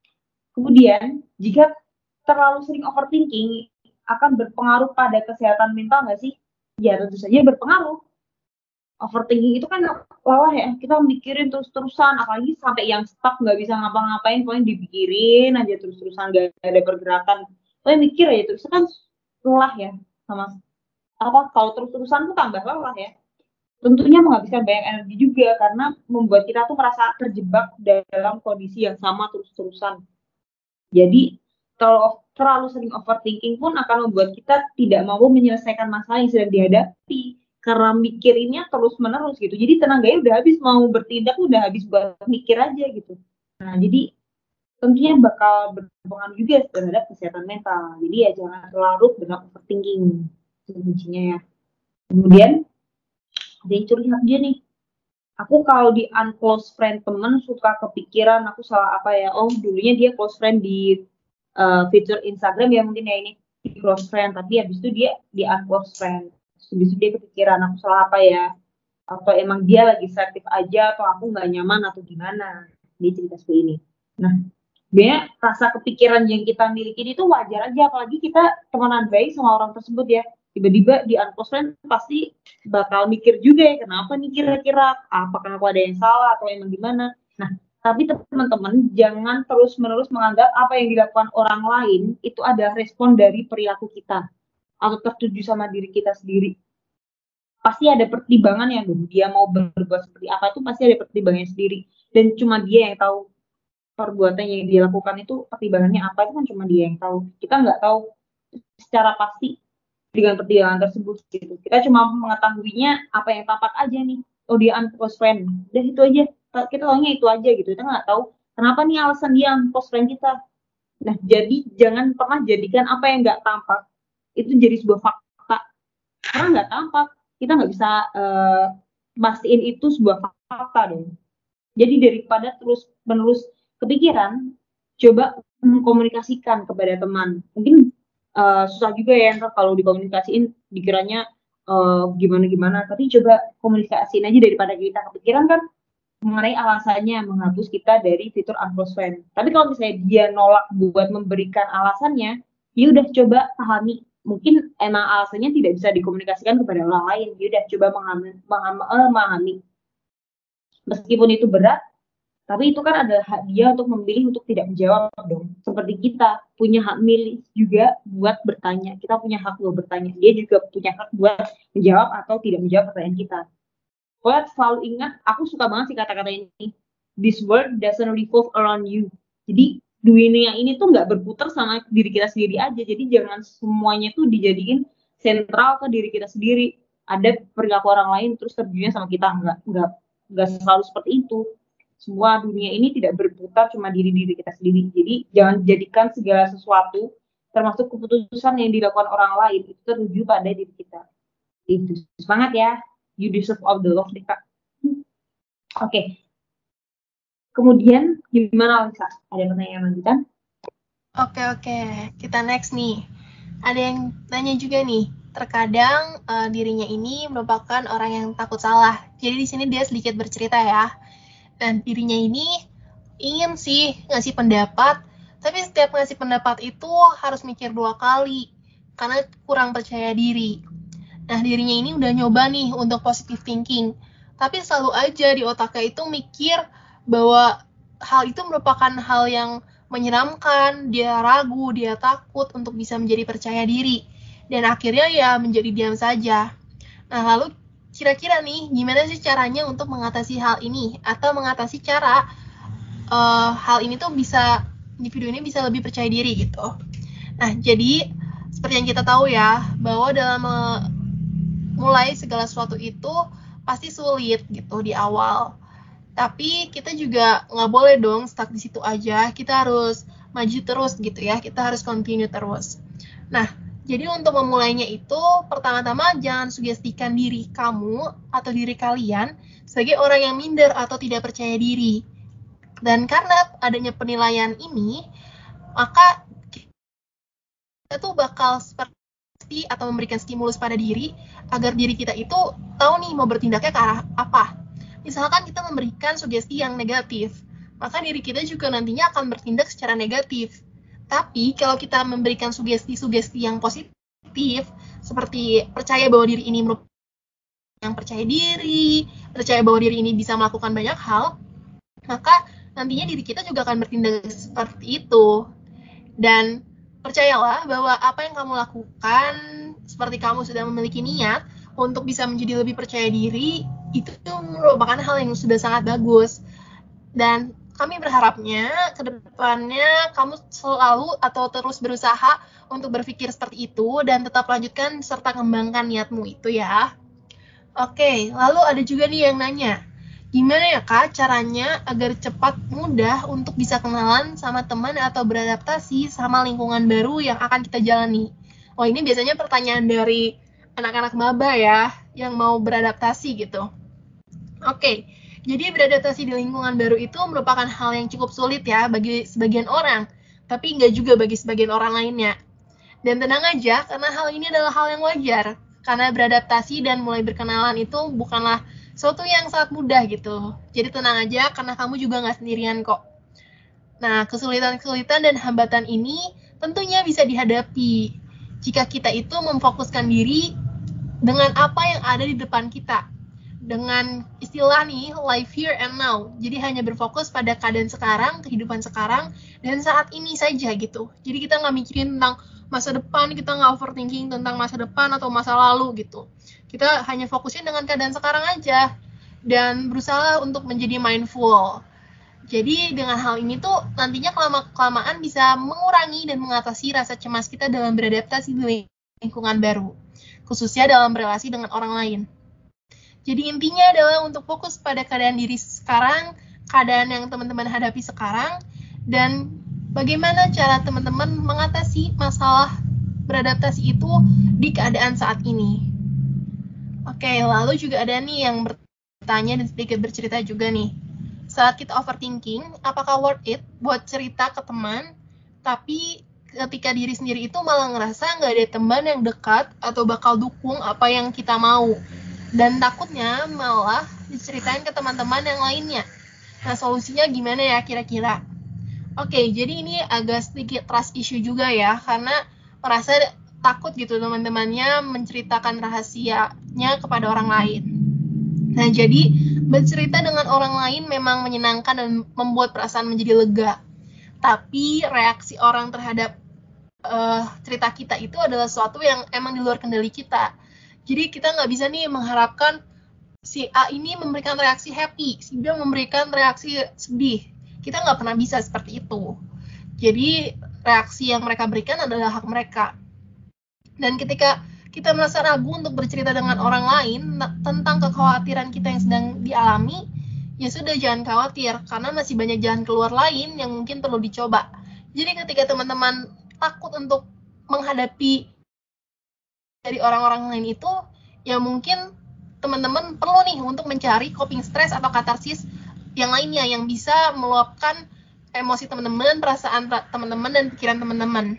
Kemudian, jika terlalu sering overthinking, akan berpengaruh pada kesehatan mental nggak sih? Ya, tentu saja berpengaruh. Overthinking itu kan lelah ya, kita mikirin terus-terusan, apalagi sampai yang stuck, nggak bisa ngapa-ngapain, pokoknya dipikirin aja terus-terusan, nggak ada pergerakan. Pokoknya mikir aja terus, kan lelah ya. Sama apa, kalau terus-terusan tuh tambah lelah ya. Tentunya menghabiskan banyak energi juga, karena membuat kita tuh merasa terjebak dalam kondisi yang sama terus-terusan. Jadi kalau terlalu sering overthinking pun akan membuat kita tidak mampu menyelesaikan masalah yang sedang dihadapi, karena mikirinnya terus-menerus gitu. Jadi tenaganya udah habis, mau bertindak udah habis buat mikir aja gitu. Nah, jadi tentunya bakal berpengaruh juga terhadap kesehatan mental. Jadi ya jangan larut dengan overthinking, itu kuncinya ya. Kemudian ada yang curhat dia nih. Aku kalau di unclose friend temen suka kepikiran aku salah apa ya. Oh, dulunya dia close friend di fitur Instagram ya mungkin ya, ini di close friend, tapi habis itu dia di unclose friend. Habis itu dia kepikiran aku salah apa ya. Atau emang dia lagi selektif aja, atau aku nggak nyaman atau gimana. Dia cerita seperti ini. Nah, biasanya rasa kepikiran yang kita miliki itu wajar aja, apalagi kita temenan baik sama orang tersebut ya. Tiba-tiba di unclose friend pasti bakal mikir juga ya, kenapa nih kira-kira, apakah aku ada yang salah atau emang gimana. Nah, tapi teman-teman jangan terus-menerus menganggap apa yang dilakukan orang lain itu adalah respon dari perilaku kita atau tertuju sama diri kita sendiri. Pasti ada pertimbangan ya, dia mau berbuat seperti apa itu pasti ada pertimbangannya sendiri, dan cuma dia yang tahu perbuatan yang dia lakukan itu pertimbangannya apa, itu kan cuma dia yang tahu. Kita nggak tahu secara pasti dengan pertimbangan tersebut gitu. Kita cuma mengetahuinya apa yang tampak aja nih. Oh, dia unclose friend, udah itu aja. kita taunya itu aja gitu, kita nggak tahu kenapa nih alasan dia close friend kita. Nah, jadi jangan pernah jadikan apa yang nggak tampak itu jadi sebuah fakta, karena nggak tampak, kita nggak bisa pastiin itu sebuah fakta dong. Jadi daripada terus-menerus kepikiran, coba mengkomunikasikan kepada teman. Mungkin susah juga ya ntar kalau dikomunikasiin dikiranya gimana-gimana, tapi coba komunikasiin aja daripada kita kepikiran kan mengenai alasannya menghapus kita dari fitur unclose friend. Tapi kalau misalnya dia nolak buat memberikan alasannya, ya udah coba pahami. Mungkin emang alasannya tidak bisa dikomunikasikan kepada orang lain. Ya udah coba memahami. Meskipun itu berat, tapi itu kan adalah hak dia untuk memilih untuk tidak menjawab dong. Seperti kita punya hak milih juga buat bertanya. Kita punya hak buat bertanya. Dia juga punya hak buat menjawab atau tidak menjawab pertanyaan kita. Pokoknya selalu ingat, aku suka banget sih kata-kata ini. This world doesn't revolve around you. Jadi dunia ini tuh nggak berputar sama diri kita sendiri aja. Jadi jangan semuanya tuh dijadiin sentral ke diri kita sendiri. Ada perilaku orang lain terus terjunnya sama kita. Nggak selalu seperti itu. Semua dunia ini tidak berputar cuma diri kita sendiri. Jadi jangan jadikan segala sesuatu, termasuk keputusan yang dilakukan orang lain, itu tertuju pada diri kita. Itu semangat ya. You deserve all the love deh Kak. Oke. Kemudian gimana Alisa? Ada pertanyaan lanjutan? Oke. Kita next nih. Ada yang tanya juga nih. Terkadang dirinya ini merupakan orang yang takut salah. Jadi di sini dia sedikit bercerita ya. Dan dirinya ini ingin sih ngasih pendapat, tapi setiap ngasih pendapat itu harus mikir 2 kali karena kurang percaya diri. Nah, dirinya ini udah nyoba nih untuk positive thinking, tapi selalu aja di otaknya itu mikir bahwa hal itu merupakan hal yang menyeramkan, dia ragu, dia takut untuk bisa menjadi percaya diri, dan akhirnya ya menjadi diam saja. Nah, lalu kira-kira nih, gimana sih caranya untuk mengatasi hal ini, atau mengatasi cara hal ini tuh bisa, individu ini bisa lebih percaya diri gitu. Nah, jadi seperti yang kita tahu ya, bahwa dalam mulai segala sesuatu itu pasti sulit gitu di awal. Tapi kita juga nggak boleh dong stuck di situ aja. Kita harus maju terus gitu ya. Kita harus continue terus. Nah, jadi untuk memulainya itu pertama-tama jangan sugestikan diri kamu atau diri kalian sebagai orang yang minder atau tidak percaya diri. Dan karena adanya penilaian ini, maka kita tuh bakal seperti atau memberikan stimulus pada diri agar diri kita itu tahu nih mau bertindaknya ke arah apa. Misalkan kita memberikan sugesti yang negatif, maka diri kita juga nantinya akan bertindak secara negatif. Tapi kalau kita memberikan sugesti-sugesti yang positif, seperti percaya bahwa diri ini merupakan yang percaya diri, percaya bahwa diri ini bisa melakukan banyak hal, maka nantinya diri kita juga akan bertindak seperti itu. Dan percayalah bahwa apa yang kamu lakukan, seperti kamu sudah memiliki niat untuk bisa menjadi lebih percaya diri, itu merupakan hal yang sudah sangat bagus. Dan kami berharapnya ke depannya kamu selalu atau terus berusaha untuk berpikir seperti itu dan tetap lanjutkan serta kembangkan niatmu itu ya. Oke, lalu ada juga nih yang nanya, gimana ya Kak caranya agar cepat mudah untuk bisa kenalan sama teman atau beradaptasi sama lingkungan baru yang akan kita jalani? Oh, ini biasanya pertanyaan dari anak-anak maba ya, yang mau beradaptasi gitu. Oke, jadi beradaptasi di lingkungan baru itu merupakan hal yang cukup sulit ya bagi sebagian orang, tapi nggak juga bagi sebagian orang lainnya. Dan tenang aja, karena hal ini adalah hal yang wajar. Karena beradaptasi dan mulai berkenalan itu bukanlah sesuatu yang sangat mudah gitu. Jadi tenang aja, karena kamu juga nggak sendirian kok. Nah, kesulitan-kesulitan dan hambatan ini tentunya bisa dihadapi jika kita itu memfokuskan diri dengan apa yang ada di depan kita. Dengan istilah nih, live here and now. Jadi hanya berfokus pada keadaan sekarang, kehidupan sekarang, dan saat ini saja gitu. Jadi kita nggak mikirin tentang masa depan, kita nggak overthinking tentang masa depan atau masa lalu gitu. Kita hanya fokusin dengan keadaan sekarang aja. Dan berusaha untuk menjadi mindful. Jadi dengan hal ini tuh nantinya kelamaan bisa mengurangi dan mengatasi rasa cemas kita dalam beradaptasi di lingkungan baru. Khususnya dalam relasi dengan orang lain. Jadi intinya adalah untuk fokus pada keadaan diri sekarang, keadaan yang teman-teman hadapi sekarang, dan bagaimana cara teman-teman mengatasi masalah beradaptasi itu di keadaan saat ini. Oke, lalu juga ada nih yang bertanya dan sedikit bercerita juga nih. Saat kita overthinking, apakah worth it buat cerita ke teman, tapi ketika diri sendiri itu malah ngerasa nggak ada teman yang dekat atau bakal dukung apa yang kita mau. Dan takutnya malah diceritain ke teman-teman yang lainnya. Nah, solusinya gimana ya kira-kira? Oke, jadi ini agak sedikit trust issue juga ya, karena merasa takut gitu teman-temannya menceritakan rahasianya kepada orang lain. Nah, jadi bercerita dengan orang lain memang menyenangkan dan membuat perasaan menjadi lega. Tapi reaksi orang terhadap cerita kita itu adalah sesuatu yang emang di luar kendali kita. Jadi kita nggak bisa nih mengharapkan si A ini memberikan reaksi happy, si B memberikan reaksi sedih. Kita nggak pernah bisa seperti itu. Jadi reaksi yang mereka berikan adalah hak mereka. Dan ketika kita merasa ragu untuk bercerita dengan orang lain tentang kekhawatiran kita yang sedang dialami, ya sudah, jangan khawatir, karena masih banyak jalan keluar lain yang mungkin perlu dicoba. Jadi ketika teman-teman takut untuk menghadapi dari orang-orang lain itu, ya mungkin teman-teman perlu nih untuk mencari coping stress atau katarsis yang lainnya yang bisa meluapkan emosi teman-teman, perasaan teman-teman, dan pikiran teman-teman.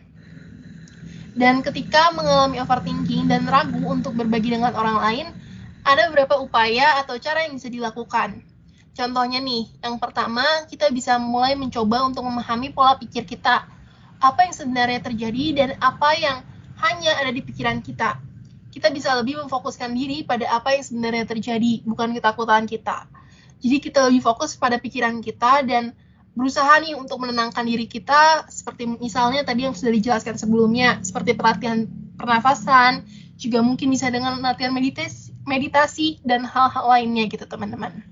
Dan ketika mengalami overthinking dan ragu untuk berbagi dengan orang lain, ada beberapa upaya atau cara yang bisa dilakukan. Contohnya nih, yang pertama, kita bisa mulai mencoba untuk memahami pola pikir kita. Apa yang sebenarnya terjadi dan apa yang hanya ada di pikiran kita. Kita bisa lebih memfokuskan diri pada apa yang sebenarnya terjadi, bukan ketakutan kita. Jadi kita lebih fokus pada pikiran kita dan berusaha nih untuk menenangkan diri kita, seperti misalnya tadi yang sudah dijelaskan sebelumnya, seperti pelatihan pernafasan, juga mungkin bisa dengan latihan meditasi dan hal-hal lainnya gitu teman-teman.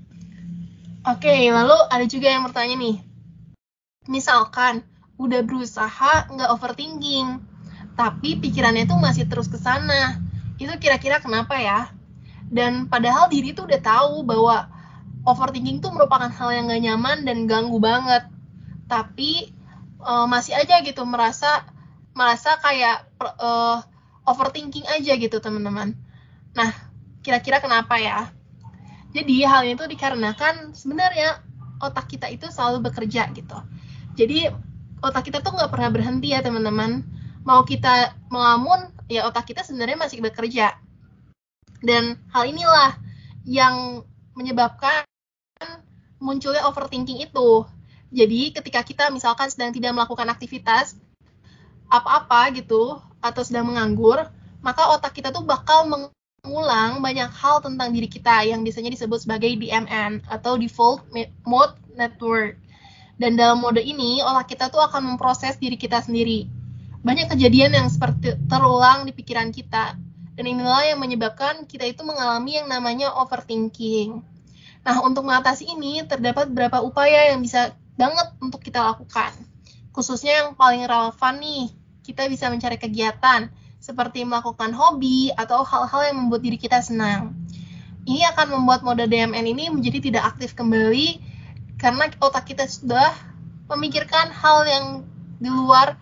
Oke, lalu ada juga yang bertanya nih, misalkan udah berusaha nggak overthinking, tapi pikirannya tuh masih terus ke sana. Itu kira-kira kenapa ya? Dan padahal diri tuh udah tahu bahwa overthinking tuh merupakan hal yang gak nyaman dan ganggu banget. Tapi masih aja gitu merasa kayak overthinking aja gitu teman-teman. Nah, kira-kira kenapa ya? Jadi hal itu dikarenakan sebenarnya otak kita itu selalu bekerja gitu. Jadi otak kita tuh nggak pernah berhenti ya teman-teman. Mau kita melamun, ya otak kita sebenarnya masih bekerja. Dan hal inilah yang menyebabkan munculnya overthinking itu. Jadi ketika kita misalkan sedang tidak melakukan aktivitas apa-apa gitu, atau sedang menganggur, maka otak kita tuh bakal mengulang banyak hal tentang diri kita yang biasanya disebut sebagai DMN atau Default Mode Network. Dan dalam mode ini, otak kita tuh akan memproses diri kita sendiri. Banyak kejadian yang seperti terulang di pikiran kita. Dan inilah yang menyebabkan kita itu mengalami yang namanya overthinking. Nah, untuk mengatasi ini, terdapat beberapa upaya yang bisa banget untuk kita lakukan. Khususnya yang paling relevan nih, kita bisa mencari kegiatan, seperti melakukan hobi atau hal-hal yang membuat diri kita senang. Ini akan membuat mode DMN ini menjadi tidak aktif kembali, karena otak kita sudah memikirkan hal yang di luar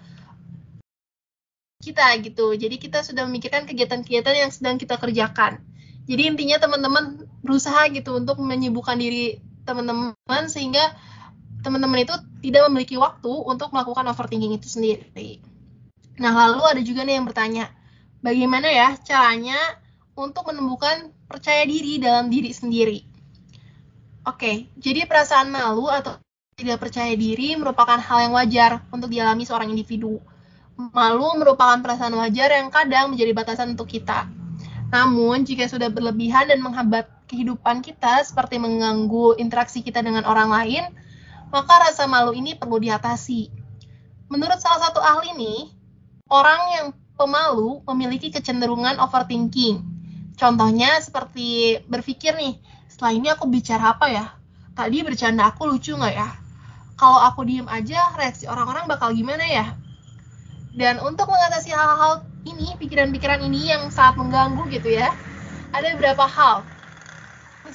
kita gitu. Jadi kita sudah memikirkan kegiatan-kegiatan yang sedang kita kerjakan. Jadi intinya teman-teman berusaha gitu untuk menyibukkan diri teman-teman sehingga teman-teman itu tidak memiliki waktu untuk melakukan overthinking itu sendiri. Nah, lalu ada juga nih yang bertanya, bagaimana ya caranya untuk menumbuhkan percaya diri dalam diri sendiri? Oke, jadi perasaan malu atau tidak percaya diri merupakan hal yang wajar untuk dialami seorang individu. Malu merupakan perasaan wajar yang kadang menjadi batasan untuk kita. Namun, jika sudah berlebihan dan menghambat kehidupan kita, seperti mengganggu interaksi kita dengan orang lain, maka rasa malu ini perlu diatasi. Menurut salah satu ahli nih, orang yang pemalu memiliki kecenderungan overthinking. Contohnya seperti berpikir nih, setelah ini aku bicara apa ya? Tadi bercanda aku lucu nggak ya? Kalau aku diem aja, reaksi orang-orang bakal gimana ya? Dan untuk mengatasi hal-hal ini, pikiran-pikiran ini yang sangat mengganggu gitu ya, ada beberapa hal.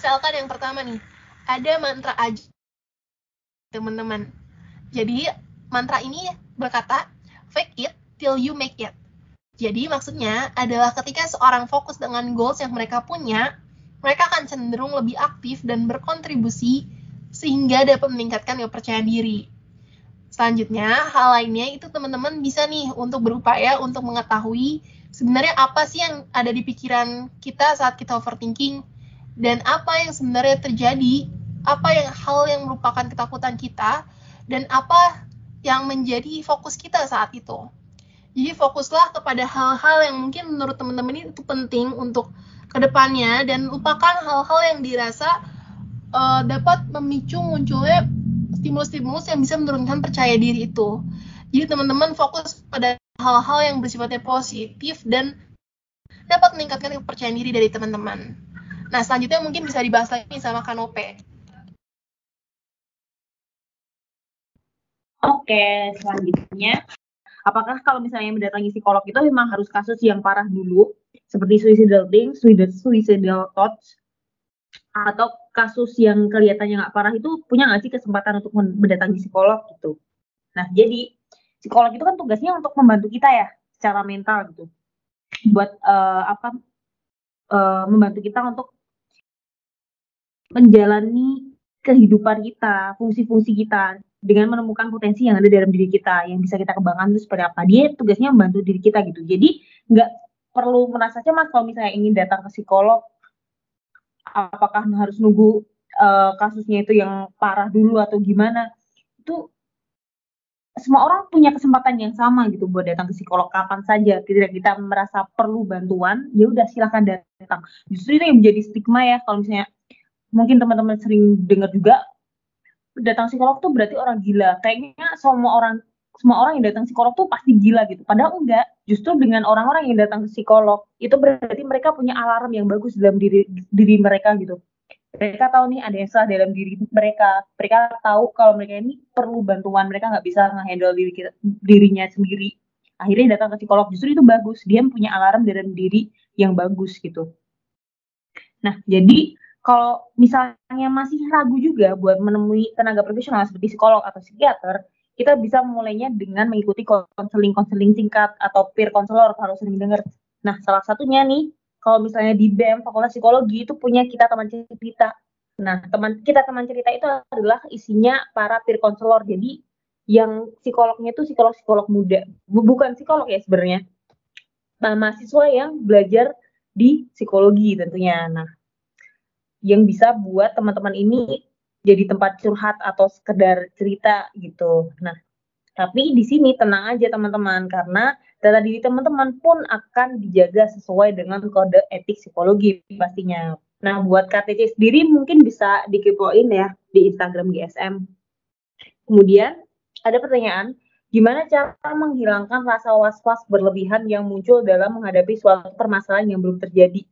misalkan yang pertama nih, ada mantra aja, teman-teman. Jadi, mantra ini berkata, fake it till you make it. Jadi, maksudnya adalah ketika seorang fokus dengan goals yang mereka punya, mereka akan cenderung lebih aktif dan berkontribusi sehingga dapat meningkatkan kepercayaan diri. Selanjutnya, hal lainnya itu teman-teman bisa nih untuk berupaya untuk mengetahui sebenarnya apa sih yang ada di pikiran kita saat kita overthinking dan apa yang sebenarnya terjadi, apa yang hal yang merupakan ketakutan kita dan apa yang menjadi fokus kita saat itu. Jadi fokuslah kepada hal-hal yang mungkin menurut teman-teman itu penting untuk kedepannya dan lupakan hal-hal yang dirasa dapat memicu munculnya stimulus-stimulus yang bisa menurunkan percaya diri itu. Jadi teman-teman fokus pada hal-hal yang bersifatnya positif dan dapat meningkatkan kepercayaan diri dari teman-teman. Nah, selanjutnya mungkin bisa dibahas lagi sama Kanope. Oke, selanjutnya, apakah kalau misalnya mendatangi psikolog itu memang harus kasus yang parah dulu, seperti suicidal thoughts, atau kasus yang kelihatannya nggak parah itu punya nggak sih kesempatan untuk mendatangi psikolog gitu? Nah, jadi psikolog itu kan tugasnya untuk membantu kita ya secara mental gitu, buat membantu kita untuk menjalani kehidupan kita, fungsi-fungsi kita dengan menemukan potensi yang ada dalam diri kita yang bisa kita kembangkan itu seperti apa. Dia tugasnya membantu diri kita gitu. Jadi nggak perlu merasa cemas kalau misalnya ingin datang ke psikolog. Apakah harus nunggu kasusnya itu yang parah dulu atau gimana? Itu semua orang punya kesempatan yang sama gitu buat datang ke psikolog kapan saja. Ketika kita merasa perlu bantuan, ya udah silakan datang. Justru itu yang menjadi stigma ya, kalau misalnya mungkin teman-teman sering dengar juga datang psikolog tuh berarti orang gila. Kayaknya semua orang yang datang psikolog tuh pasti gila gitu. Padahal enggak. Justru dengan orang-orang yang datang ke psikolog itu berarti mereka punya alarm yang bagus dalam diri mereka gitu. Mereka tahu nih ada yang salah dalam diri mereka. Mereka tahu kalau mereka ini perlu bantuan. Mereka nggak bisa nge-handle dirinya sendiri. Akhirnya datang ke psikolog. Justru itu bagus. Dia punya alarm dalam diri yang bagus gitu. Nah, jadi kalau misalnya masih ragu juga buat menemui tenaga profesional seperti psikolog atau psikiater, kita bisa memulainya dengan mengikuti konseling singkat atau peer counselor kalau sering dengar. Nah, salah satunya nih, kalau misalnya di BEM Fakultas Psikologi itu punya kita teman cerita. Nah, teman cerita itu adalah isinya para peer counselor. Jadi yang psikolognya itu psikolog muda, bukan psikolog ya sebenarnya. Nah, mahasiswa yang belajar di psikologi tentunya. Nah, yang bisa buat teman-teman ini jadi tempat curhat atau sekedar cerita gitu. Nah, tapi di sini tenang aja teman-teman, karena data diri teman-teman pun akan dijaga sesuai dengan kode etik psikologi pastinya. Nah, buat KTC sendiri mungkin bisa dikepoin ya di Instagram GSM. Kemudian ada pertanyaan, gimana cara menghilangkan rasa was-was berlebihan yang muncul dalam menghadapi suatu permasalahan yang belum terjadi?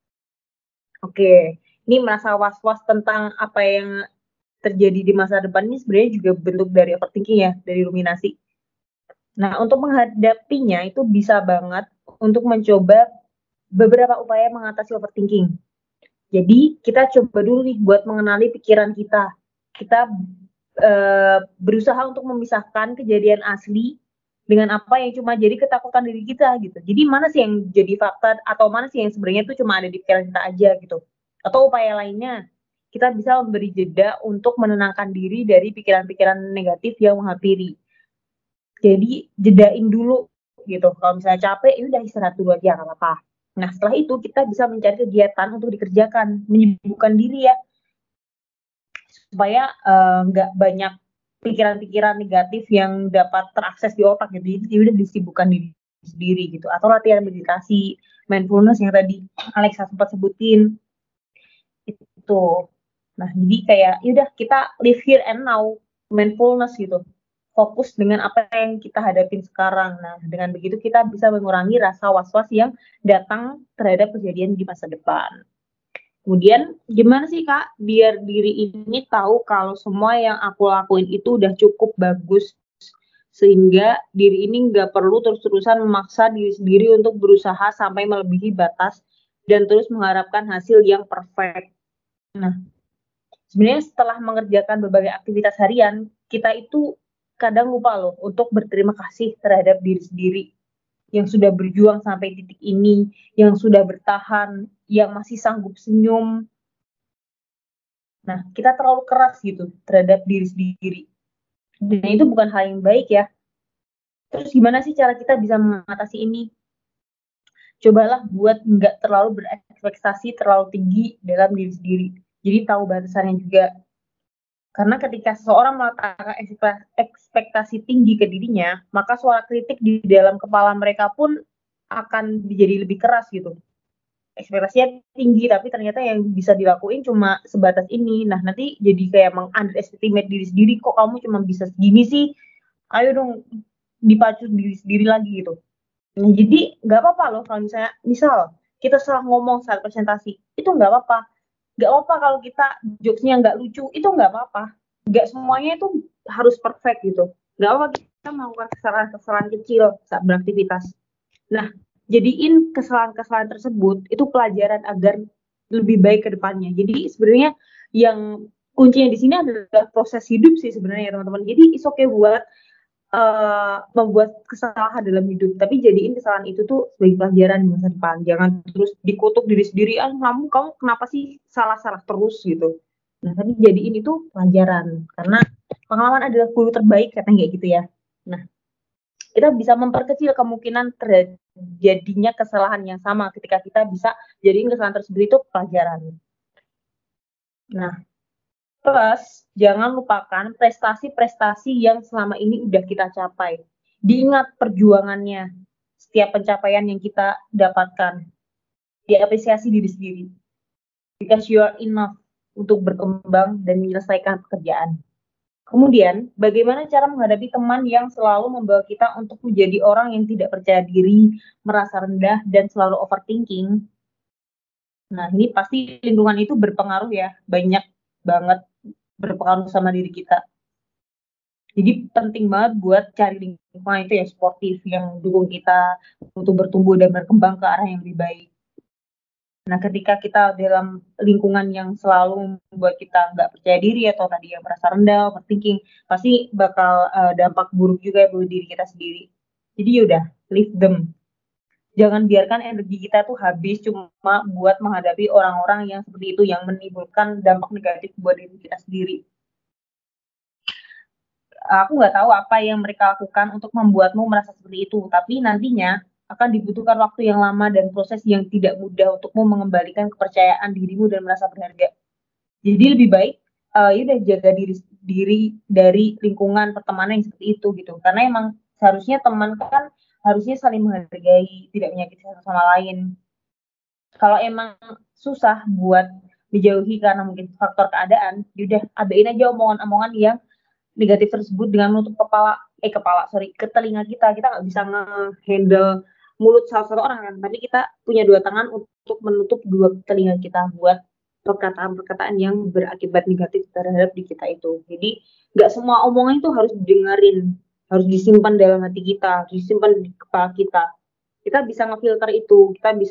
Oke, ini merasa was-was tentang apa yang terjadi di masa depan ini sebenarnya juga bentuk dari overthinking ya, dari ruminasi. Nah, untuk menghadapinya itu bisa banget untuk mencoba beberapa upaya mengatasi overthinking. Jadi, kita coba dulu nih buat mengenali pikiran kita. Kita berusaha untuk memisahkan kejadian asli dengan apa yang cuma jadi ketakutan diri kita gitu. Jadi, mana sih yang jadi fakta atau mana sih yang sebenarnya itu cuma ada di pikiran kita aja gitu. Atau upaya lainnya, kita bisa memberi jeda untuk menenangkan diri dari pikiran-pikiran negatif yang menghampiri. Jadi jedain dulu gitu. Kalau misalnya capek, ya udah istirahat dulu aja, nggak apa-apa. Nah, setelah itu kita bisa mencari kegiatan untuk dikerjakan, menyibukkan diri ya, supaya nggak banyak pikiran-pikiran negatif yang dapat terakses di otak gitu. Jadi udah disibukkan diri sendiri gitu. Atau latihan meditasi, mindfulness yang tadi Alexa sempat sebutin itu. Nah, jadi kayak yaudah kita live here and now, mindfulness gitu. Fokus dengan apa yang kita hadapin sekarang. Nah, dengan begitu kita bisa mengurangi rasa was-was yang datang terhadap kejadian di masa depan. Kemudian, gimana sih Kak, biar diri ini tahu kalau semua yang aku lakuin itu udah cukup bagus, sehingga diri ini nggak perlu terus-terusan memaksa diri sendiri untuk berusaha sampai melebihi batas dan terus mengharapkan hasil yang perfect. Nah, sebenarnya setelah mengerjakan berbagai aktivitas harian, kita itu kadang lupa loh untuk berterima kasih terhadap diri sendiri yang sudah berjuang sampai titik ini, yang sudah bertahan, yang masih sanggup senyum. Nah, kita terlalu keras gitu terhadap diri sendiri. Dan itu bukan hal yang baik ya. Terus gimana sih cara kita bisa mengatasi ini? Cobalah buat nggak terlalu berekspektasi terlalu tinggi dalam diri sendiri. Jadi tahu batasannya juga. Karena ketika seseorang meletakkan ekspektasi tinggi ke dirinya, maka suara kritik di dalam kepala mereka pun akan menjadi lebih keras gitu. Ekspektasinya tinggi, tapi ternyata yang bisa dilakuin cuma sebatas ini. Nah, nanti jadi kayak meng-underestimate diri sendiri, kok kamu cuma bisa segini sih? Ayo dong, dipacu diri sendiri lagi gitu. Nah, jadi nggak apa-apa loh kalau misalnya, misal kita salah ngomong saat presentasi, itu nggak apa-apa. Nggak apa-apa kalau kita jokesnya nggak lucu, itu nggak apa-apa. Nggak semuanya itu harus perfect gitu. Nggak apa-apa kita melakukan kesalahan-kesalahan kecil saat beraktivitas. Nah, jadiin kesalahan-kesalahan tersebut itu pelajaran agar lebih baik ke depannya. Jadi sebenarnya yang kuncinya di sini adalah proses hidup sih sebenarnya teman-teman. Jadi it's okay buat membuat kesalahan dalam hidup, tapi jadiin kesalahan itu tuh sebagai pelajaran di masa depan. Jangan terus dikutuk diri sendiri, ah kamu kenapa sih salah-salah terus gitu. Nah, tapi jadiin itu pelajaran, karena pengalaman adalah guru terbaik katanya kayak gitu ya. Nah, kita bisa memperkecil kemungkinan terjadinya kesalahan yang sama ketika kita bisa jadiin kesalahan tersebut itu pelajaran. Nah, plus, jangan lupakan prestasi-prestasi yang selama ini udah kita capai. Diingat perjuangannya, setiap pencapaian yang kita dapatkan. Diapresiasi diri sendiri. Because you are enough untuk berkembang dan menyelesaikan pekerjaan. Kemudian, bagaimana cara menghadapi teman yang selalu membawa kita untuk menjadi orang yang tidak percaya diri, merasa rendah, dan selalu overthinking? Nah, ini pasti lingkungan itu berpengaruh ya, banyak banget berpengaruh sama diri kita. Jadi penting banget buat cari lingkungan itu yang sportif, yang dukung kita untuk bertumbuh dan berkembang ke arah yang lebih baik. Nah, ketika kita dalam lingkungan yang selalu membuat kita nggak percaya diri atau tadi yang merasa rendah, overthinking, pasti bakal dampak buruk juga buat diri kita sendiri. Jadi yaudah, leave them. Jangan biarkan energi kita tuh habis cuma buat menghadapi orang-orang yang seperti itu, yang menimbulkan dampak negatif buat diri kita sendiri. Aku nggak tahu apa yang mereka lakukan untuk membuatmu merasa seperti itu, tapi nantinya akan dibutuhkan waktu yang lama dan proses yang tidak mudah untukmu mengembalikan kepercayaan dirimu dan merasa berharga. Jadi lebih baik udah jaga diri dari lingkungan pertemanan yang seperti itu gitu. Karena emang seharusnya teman kan harusnya saling menghargai, tidak menyakiti satu sama lain. Kalau emang susah buat dijauhi karena mungkin faktor keadaan, yaudah abein aja omongan-omongan yang negatif tersebut dengan menutup ke telinga kita nggak bisa nge-handle mulut salah satu orang kan, tapi kita punya dua tangan untuk menutup dua telinga kita buat perkataan-perkataan yang berakibat negatif terhadap diri kita itu. Jadi nggak semua omongan itu harus didengarin, harus disimpan dalam hati kita, harus disimpan di kepala kita. Kita bisa ngefilter itu,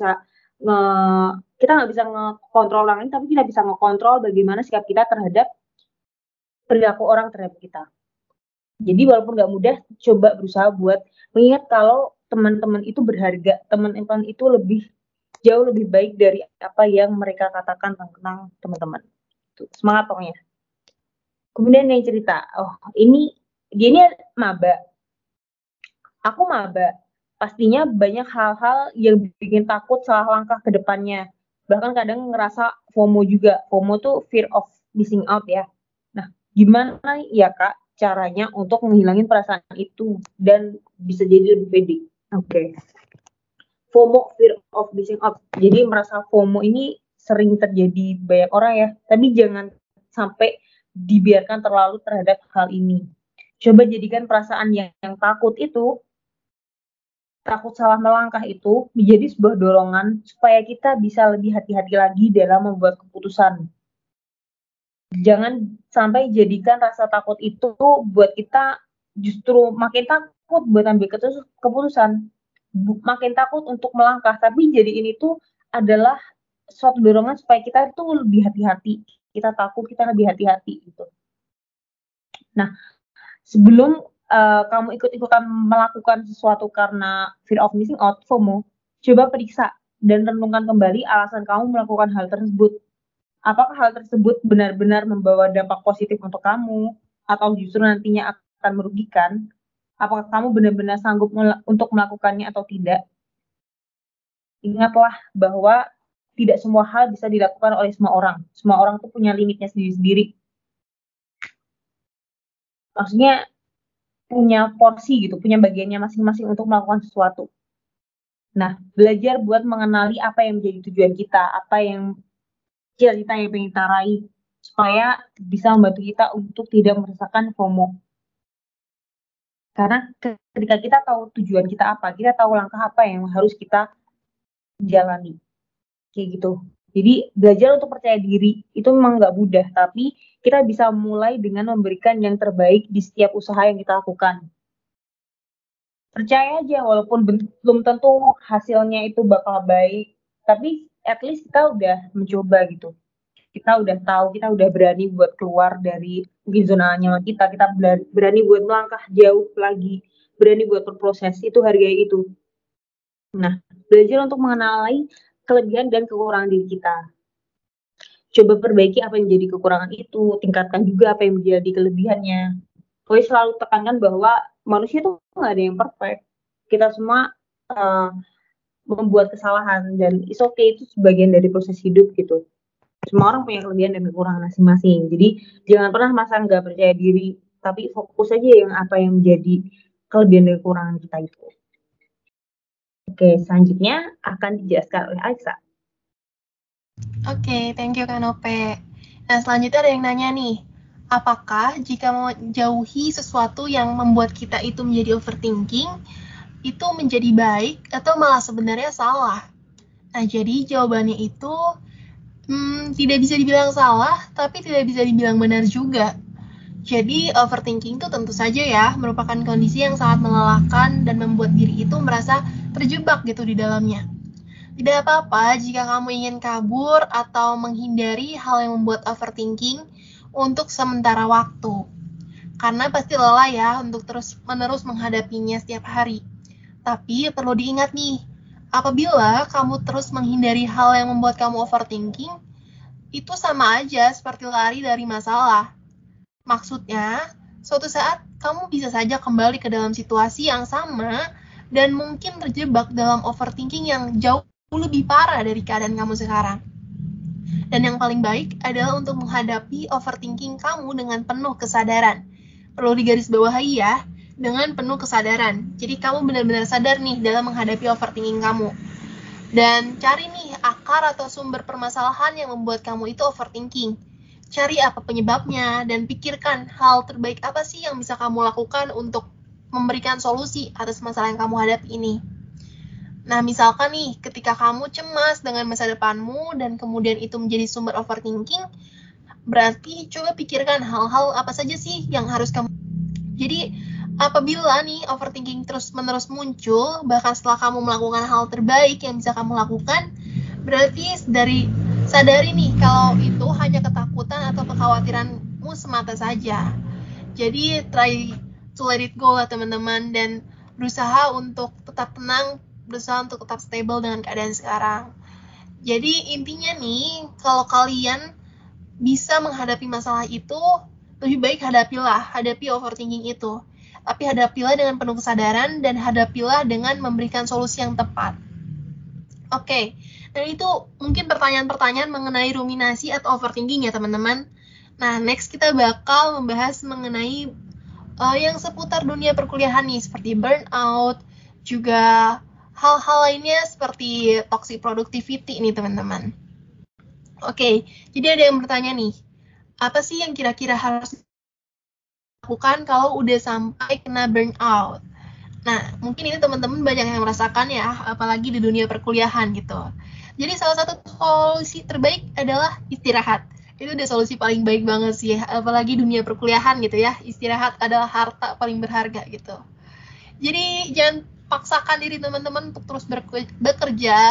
kita nggak bisa ngekontrol orang lain, tapi kita bisa ngekontrol bagaimana sikap kita terhadap perilaku orang terhadap kita. Jadi walaupun nggak mudah, coba berusaha buat mengingat kalau teman-teman itu berharga, teman-teman itu jauh lebih baik dari apa yang mereka katakan tentang teman-teman. Semangat pokoknya. Kemudian yang cerita, dia ini maba. Aku maba. Pastinya banyak hal-hal yang bikin takut salah langkah ke depannya. Bahkan kadang ngerasa FOMO juga. FOMO tuh fear of missing out ya. Nah, gimana ya Kak caranya untuk menghilangin perasaan itu dan bisa jadi lebih pede? Oke. FOMO, fear of missing out. Jadi merasa FOMO ini sering terjadi banyak orang ya. Tapi jangan sampai dibiarkan terlalu terhadap hal ini. Coba jadikan perasaan yang takut itu, takut salah melangkah itu menjadi sebuah dorongan supaya kita bisa lebih hati-hati lagi dalam membuat keputusan. Jangan sampai jadikan rasa takut itu buat kita justru makin takut buat ambil keputusan, makin takut untuk melangkah, tapi jadi ini tuh adalah suatu dorongan supaya kita tuh lebih hati-hati. Kita takut, kita lebih hati-hati gitu. Nah, sebelum kamu ikut-ikutan melakukan sesuatu karena fear of missing out, FOMO, coba periksa dan renungkan kembali alasan kamu melakukan hal tersebut. Apakah hal tersebut benar-benar membawa dampak positif untuk kamu, atau justru nantinya akan merugikan? Apakah kamu benar-benar sanggup untuk melakukannya atau tidak? Ingatlah bahwa tidak semua hal bisa dilakukan oleh semua orang. Semua orang tuh punya limitnya sendiri-sendiri. Maksudnya punya porsi gitu, punya bagiannya masing-masing untuk melakukan sesuatu. Nah, belajar buat mengenali apa yang menjadi tujuan kita, apa yang cita-cita yang pengen kita raih, supaya bisa membantu kita untuk tidak merasakan FOMO. Karena ketika kita tahu tujuan kita apa, kita tahu langkah apa yang harus kita jalani. Kayak gitu. Jadi belajar untuk percaya diri itu memang nggak mudah, tapi kita bisa mulai dengan memberikan yang terbaik di setiap usaha yang kita lakukan. Percaya aja, walaupun belum tentu hasilnya itu bakal baik, tapi at least kita udah mencoba gitu. Kita udah tahu, kita udah berani buat keluar dari mungkin zona nyaman kita berani buat melangkah jauh lagi, berani buat berproses, itu hargai itu. Nah, belajar untuk mengenali kelebihan dan kekurangan diri kita. Coba perbaiki apa yang menjadi kekurangan itu, tingkatkan juga apa yang menjadi kelebihannya. Pokoknya selalu tekankan bahwa manusia itu nggak ada yang perfect. Kita semua membuat kesalahan, dan it's okay, itu sebagian dari proses hidup gitu. Semua orang punya kelebihan dan kekurangan masing-masing. Jadi jangan pernah merasa nggak percaya diri, tapi fokus aja yang apa yang menjadi kelebihan dan kekurangan kita itu. Oke, selanjutnya akan dijelaskan oleh Aisyah. Oke, thank you Kanope. Nah, selanjutnya ada yang nanya nih, apakah jika mau jauhi sesuatu yang membuat kita itu menjadi overthinking, itu menjadi baik atau malah sebenarnya salah? Nah, jadi jawabannya itu tidak bisa dibilang salah, tapi tidak bisa dibilang benar juga. Jadi overthinking itu tentu saja ya merupakan kondisi yang sangat melelahkan dan membuat diri itu merasa terjebak gitu di dalamnya. Tidak apa-apa jika kamu ingin kabur atau menghindari hal yang membuat overthinking untuk sementara waktu. Karena pasti lelah ya untuk terus-menerus menghadapinya setiap hari. Tapi perlu diingat nih, apabila kamu terus menghindari hal yang membuat kamu overthinking, itu sama aja seperti lari dari masalah. Maksudnya, suatu saat kamu bisa saja kembali ke dalam situasi yang sama dan mungkin terjebak dalam overthinking yang jauh lebih parah dari keadaan kamu sekarang. Dan yang paling baik adalah untuk menghadapi overthinking kamu dengan penuh kesadaran. Perlu digarisbawahi ya, dengan penuh kesadaran. Jadi kamu benar-benar sadar nih dalam menghadapi overthinking kamu. Dan cari nih akar atau sumber permasalahan yang membuat kamu itu overthinking. Cari apa penyebabnya dan pikirkan hal terbaik apa sih yang bisa kamu lakukan untuk memberikan solusi atas masalah yang kamu hadapi ini. Nah, misalkan nih, ketika kamu cemas dengan masa depanmu dan kemudian itu menjadi sumber overthinking, berarti coba pikirkan hal-hal apa saja sih yang harus kamu. Jadi, apabila nih overthinking terus-menerus muncul, bahkan setelah kamu melakukan hal terbaik yang bisa kamu lakukan, berarti sadari nih kalau itu hanya ketakutan atau kekhawatiranmu semata saja. Jadi try to let it go lah teman-teman, dan berusaha untuk tetap tenang, berusaha untuk tetap stable dengan keadaan sekarang. Jadi intinya nih, kalau kalian bisa menghadapi masalah itu, lebih baik hadapi overthinking itu. Tapi hadapilah dengan penuh kesadaran dan hadapilah dengan memberikan solusi yang tepat. Oke. Dan itu mungkin pertanyaan-pertanyaan mengenai ruminasi atau overthinking ya teman-teman. Nah, next kita bakal membahas mengenai yang seputar dunia perkuliahan nih, seperti burnout, juga hal-hal lainnya seperti toxic productivity nih teman-teman. Oke, jadi ada yang bertanya nih, apa sih yang kira-kira harus dilakukan kalau udah sampai kena burnout? Nah, mungkin ini teman-teman banyak yang merasakan ya, apalagi di dunia perkuliahan gitu. Jadi salah satu solusi terbaik adalah istirahat. Itu udah solusi paling baik banget sih, apalagi dunia perkuliahan gitu ya. Istirahat adalah harta paling berharga gitu. Jadi jangan paksakan diri teman-teman untuk terus bekerja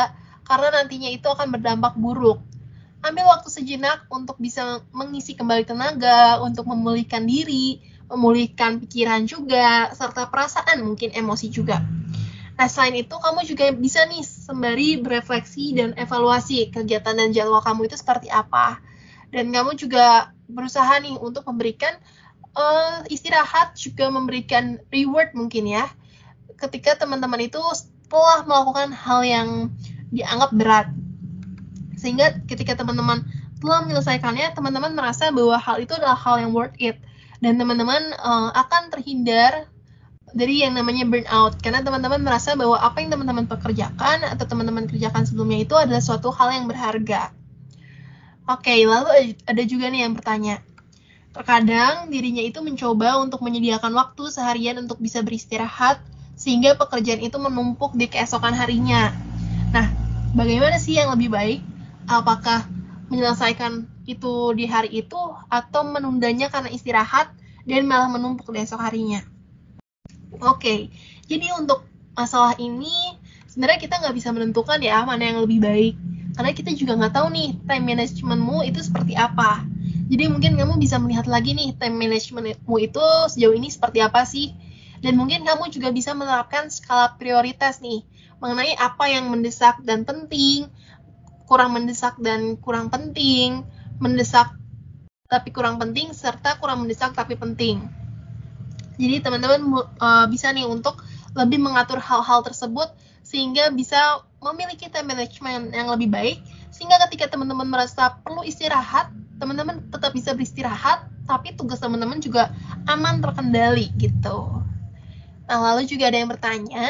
karena nantinya itu akan berdampak buruk. Ambil waktu sejenak untuk bisa mengisi kembali tenaga, untuk memulihkan diri, memulihkan pikiran juga, serta perasaan, mungkin emosi juga. Nah, selain itu, kamu juga bisa nih sembari berefleksi dan evaluasi kegiatan dan jadwal kamu itu seperti apa. Dan kamu juga berusaha nih untuk memberikan istirahat, juga memberikan reward mungkin ya, ketika teman-teman itu telah melakukan hal yang dianggap berat. Sehingga ketika teman-teman telah menyelesaikannya, teman-teman merasa bahwa hal itu adalah hal yang worth it. Dan teman-teman akan terhindar dari yang namanya burnout. Karena teman-teman merasa bahwa apa yang teman-teman pekerjakan atau teman-teman kerjakan sebelumnya itu adalah suatu hal yang berharga. Oke, lalu ada juga nih yang bertanya. Terkadang dirinya itu mencoba untuk menyediakan waktu seharian untuk bisa beristirahat, sehingga pekerjaan itu menumpuk di keesokan harinya. Nah, bagaimana sih yang lebih baik? Apakah menyelesaikan itu di hari itu atau menundanya karena istirahat dan malah menumpuk di esok harinya? Oke, jadi untuk masalah ini sebenarnya kita nggak bisa menentukan ya mana yang lebih baik, karena kita juga nggak tahu nih time managementmu itu seperti apa. Jadi mungkin kamu bisa melihat lagi nih time managementmu itu sejauh ini seperti apa sih, dan mungkin kamu juga bisa menerapkan skala prioritas nih mengenai apa yang mendesak dan penting, kurang mendesak dan kurang penting, mendesak tapi kurang penting, serta kurang mendesak tapi penting. Jadi teman-teman bisa nih untuk lebih mengatur hal-hal tersebut sehingga bisa memiliki time management yang lebih baik, sehingga ketika teman-teman merasa perlu istirahat, teman-teman tetap bisa beristirahat, tapi tugas teman-teman juga aman terkendali gitu. Nah, lalu juga ada yang bertanya,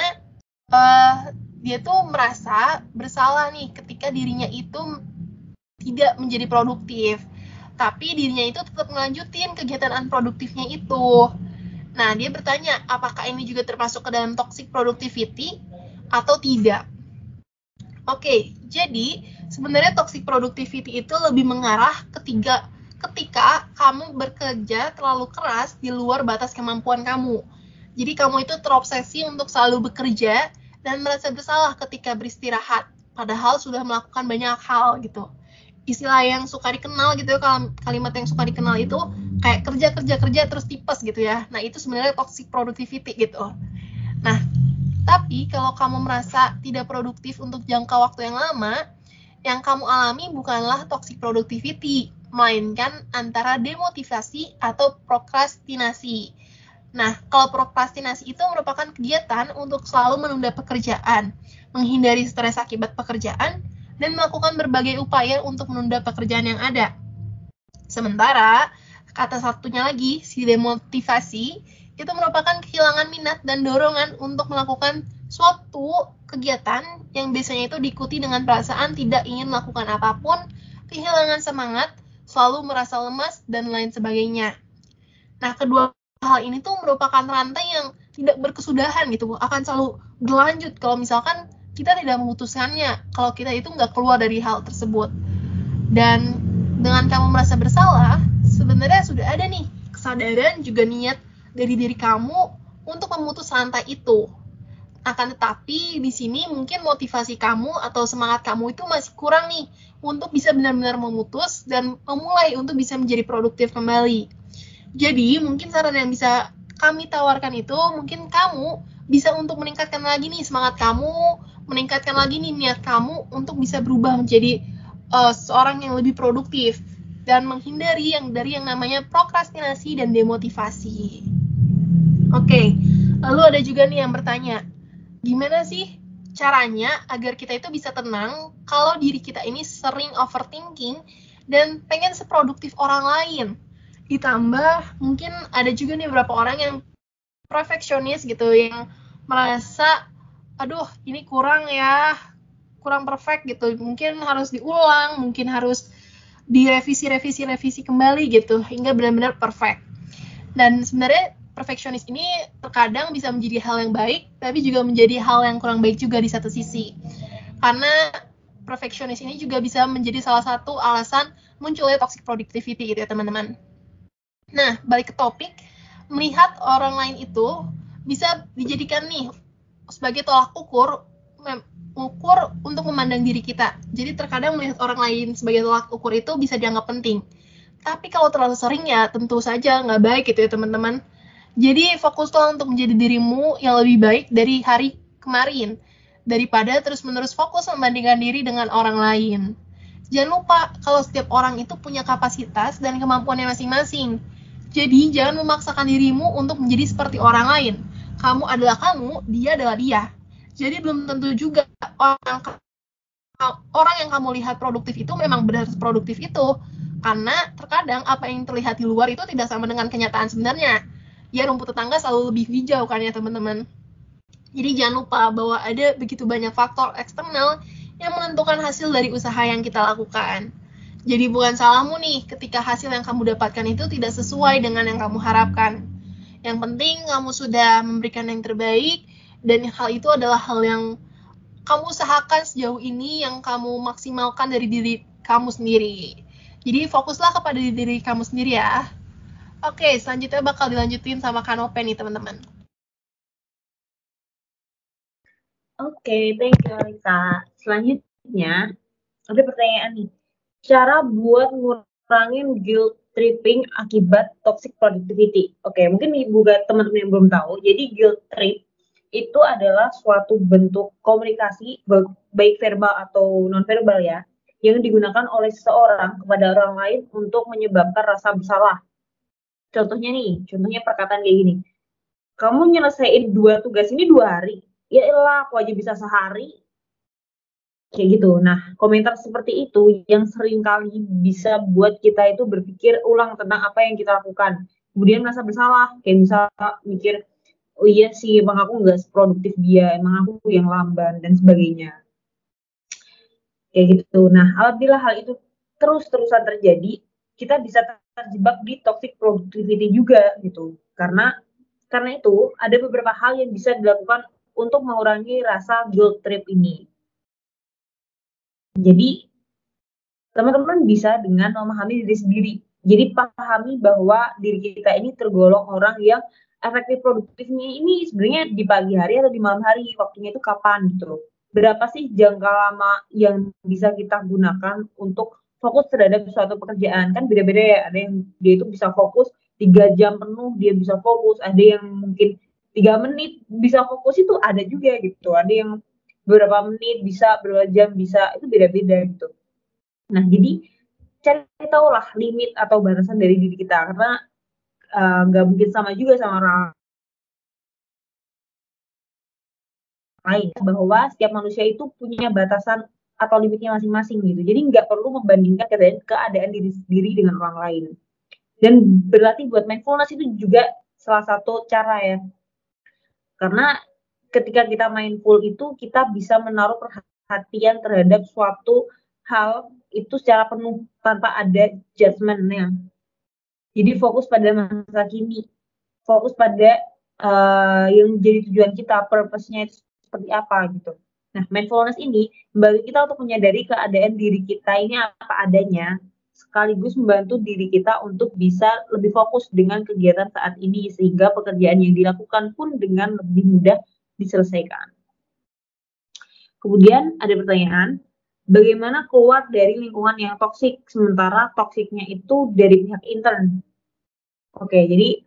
dia tuh merasa bersalah nih ketika dirinya itu tidak menjadi produktif, tapi dirinya itu tetap melanjutin kegiatan unproduktifnya itu. Nah, dia bertanya, apakah ini juga termasuk ke dalam toxic productivity atau tidak? Oke, jadi sebenarnya toxic productivity itu lebih mengarah ketika kamu bekerja terlalu keras di luar batas kemampuan kamu. Jadi kamu itu terobsesi untuk selalu bekerja dan merasa bersalah ketika beristirahat, padahal sudah melakukan banyak hal gitu. Istilah yang suka dikenal gitu ya, kalimat yang suka dikenal itu kayak kerja terus tipes gitu ya. Nah, itu sebenarnya toxic productivity gitu. Nah, tapi kalau kamu merasa tidak produktif untuk jangka waktu yang lama, yang kamu alami bukanlah toxic productivity, melainkan antara demotivasi atau prokrastinasi. Nah, kalau prokrastinasi itu merupakan kegiatan untuk selalu menunda pekerjaan, menghindari stres akibat pekerjaan, dan melakukan berbagai upaya untuk menunda pekerjaan yang ada. Sementara, kata satunya lagi, si demotivasi, itu merupakan kehilangan minat dan dorongan untuk melakukan suatu kegiatan yang biasanya itu diikuti dengan perasaan tidak ingin melakukan apapun, kehilangan semangat, selalu merasa lemas, dan lain sebagainya. Nah, kedua hal ini tuh merupakan rantai yang tidak berkesudahan gitu, akan selalu berlanjut kalau misalkan kita tidak memutuskannya, kalau kita itu nggak keluar dari hal tersebut. Dan dengan kamu merasa bersalah, sebenarnya sudah ada nih kesadaran juga niat dari diri kamu untuk memutus rantai itu. Akan tetapi di sini mungkin motivasi kamu atau semangat kamu itu masih kurang nih untuk bisa benar-benar memutus dan memulai untuk bisa menjadi produktif kembali. Jadi mungkin saran yang bisa kami tawarkan itu, mungkin kamu bisa untuk meningkatkan lagi nih semangat kamu, meningkatkan lagi nih niat kamu untuk bisa berubah menjadi seorang yang lebih produktif dan menghindari dari yang namanya prokrastinasi dan demotivasi. Oke, lalu ada juga nih yang bertanya, gimana sih caranya agar kita itu bisa tenang kalau diri kita ini sering overthinking dan pengen seproduktif orang lain? Ditambah mungkin ada juga nih beberapa orang yang perfeksionis gitu, yang merasa aduh ini kurang perfect gitu, mungkin harus diulang, mungkin harus direvisi kembali gitu hingga benar-benar perfect. Dan sebenarnya perfeksionis ini terkadang bisa menjadi hal yang baik, tapi juga menjadi hal yang kurang baik juga di satu sisi, karena perfeksionis ini juga bisa menjadi salah satu alasan munculnya toxic productivity gitu ya teman-teman. Nah, balik ke topik, melihat orang lain itu bisa dijadikan nih sebagai tolak ukur ukur untuk memandang diri kita. Jadi terkadang melihat orang lain sebagai tolak ukur itu bisa dianggap penting. Tapi kalau terlalu sering ya tentu saja nggak baik gitu ya teman-teman. Jadi fokuslah untuk menjadi dirimu yang lebih baik dari hari kemarin, daripada terus-menerus fokus membandingkan diri dengan orang lain. Jangan lupa kalau setiap orang itu punya kapasitas dan kemampuannya masing-masing. Jadi jangan memaksakan dirimu untuk menjadi seperti orang lain. Kamu adalah kamu, dia adalah dia. Jadi belum tentu juga orang yang kamu lihat produktif itu memang benar produktif itu. Karena terkadang apa yang terlihat di luar itu tidak sama dengan kenyataan sebenarnya. Ya rumput tetangga selalu lebih hijau kan ya teman-teman. Jadi jangan lupa bahwa ada begitu banyak faktor eksternal yang menentukan hasil dari usaha yang kita lakukan. Jadi bukan salahmu nih ketika hasil yang kamu dapatkan itu tidak sesuai dengan yang kamu harapkan. Yang penting kamu sudah memberikan yang terbaik, dan hal itu adalah hal yang kamu usahakan sejauh ini, yang kamu maksimalkan dari diri kamu sendiri. Jadi fokuslah kepada diri kamu sendiri ya. Oke, selanjutnya bakal dilanjutin sama Kanope nih teman-teman. Oke, thank you Alisa. Selanjutnya, ada pertanyaan nih. Cara buat ngurangin guilt tripping akibat toxic productivity. Oke, mungkin buat teman-teman yang belum tahu, jadi guilt trip itu adalah suatu bentuk komunikasi baik verbal atau non-verbal ya, yang digunakan oleh seseorang kepada orang lain untuk menyebabkan rasa bersalah. Contohnya perkataan kayak gini. Kamu nyelesain 2 tugas ini 2 hari. Ya elah, aku aja bisa sehari. Kayak gitu. Nah, komentar seperti itu yang sering kali bisa buat kita itu berpikir ulang tentang apa yang kita lakukan. Kemudian merasa bersalah. Kayak misalnya mikir, oh iya sih, emang aku nggak seproduktif dia, emang aku yang lamban, dan sebagainya. Kayak gitu. Nah, apabila hal itu terus-terusan terjadi, kita bisa terjebak di toxic productivity juga gitu. Karena itu ada beberapa hal yang bisa dilakukan untuk mengurangi rasa guilt trip ini. Jadi teman-teman bisa dengan memahami diri sendiri. Jadi pahami bahwa diri kita ini tergolong orang yang efektif produktifnya ini sebenarnya di pagi hari atau di malam hari, waktunya itu kapan gitu. Berapa sih jangka lama yang bisa kita gunakan untuk fokus terhadap suatu pekerjaan? Kan beda-beda ya, ada yang dia itu bisa fokus 3 jam penuh, dia bisa fokus, ada yang mungkin 3 menit bisa fokus, itu ada juga gitu. Ada yang beberapa menit bisa, beberapa jam bisa, itu beda-beda gitu. Nah, jadi cari tahu lah limit atau batasan dari diri kita, karena nggak mungkin sama juga sama orang lain, bahwa setiap manusia itu punya batasan atau limitnya masing-masing gitu. Jadi nggak perlu membandingkan keadaan diri sendiri dengan orang lain. Dan berlatih buat mindfulness itu juga salah satu cara ya. Karena ketika kita mindful itu kita bisa menaruh perhatian terhadap suatu hal itu secara penuh tanpa ada judgement-nya. Jadi fokus pada masa kini, fokus pada yang jadi tujuan kita, purpose-nya itu seperti apa gitu. Nah, mindfulness ini membantu kita untuk menyadari keadaan diri kita ini apa adanya, sekaligus membantu diri kita untuk bisa lebih fokus dengan kegiatan saat ini, sehingga pekerjaan yang dilakukan pun dengan lebih mudah diselesaikan. Kemudian ada pertanyaan, bagaimana keluar dari lingkungan yang toksik, sementara toksiknya itu dari pihak intern? Oke, jadi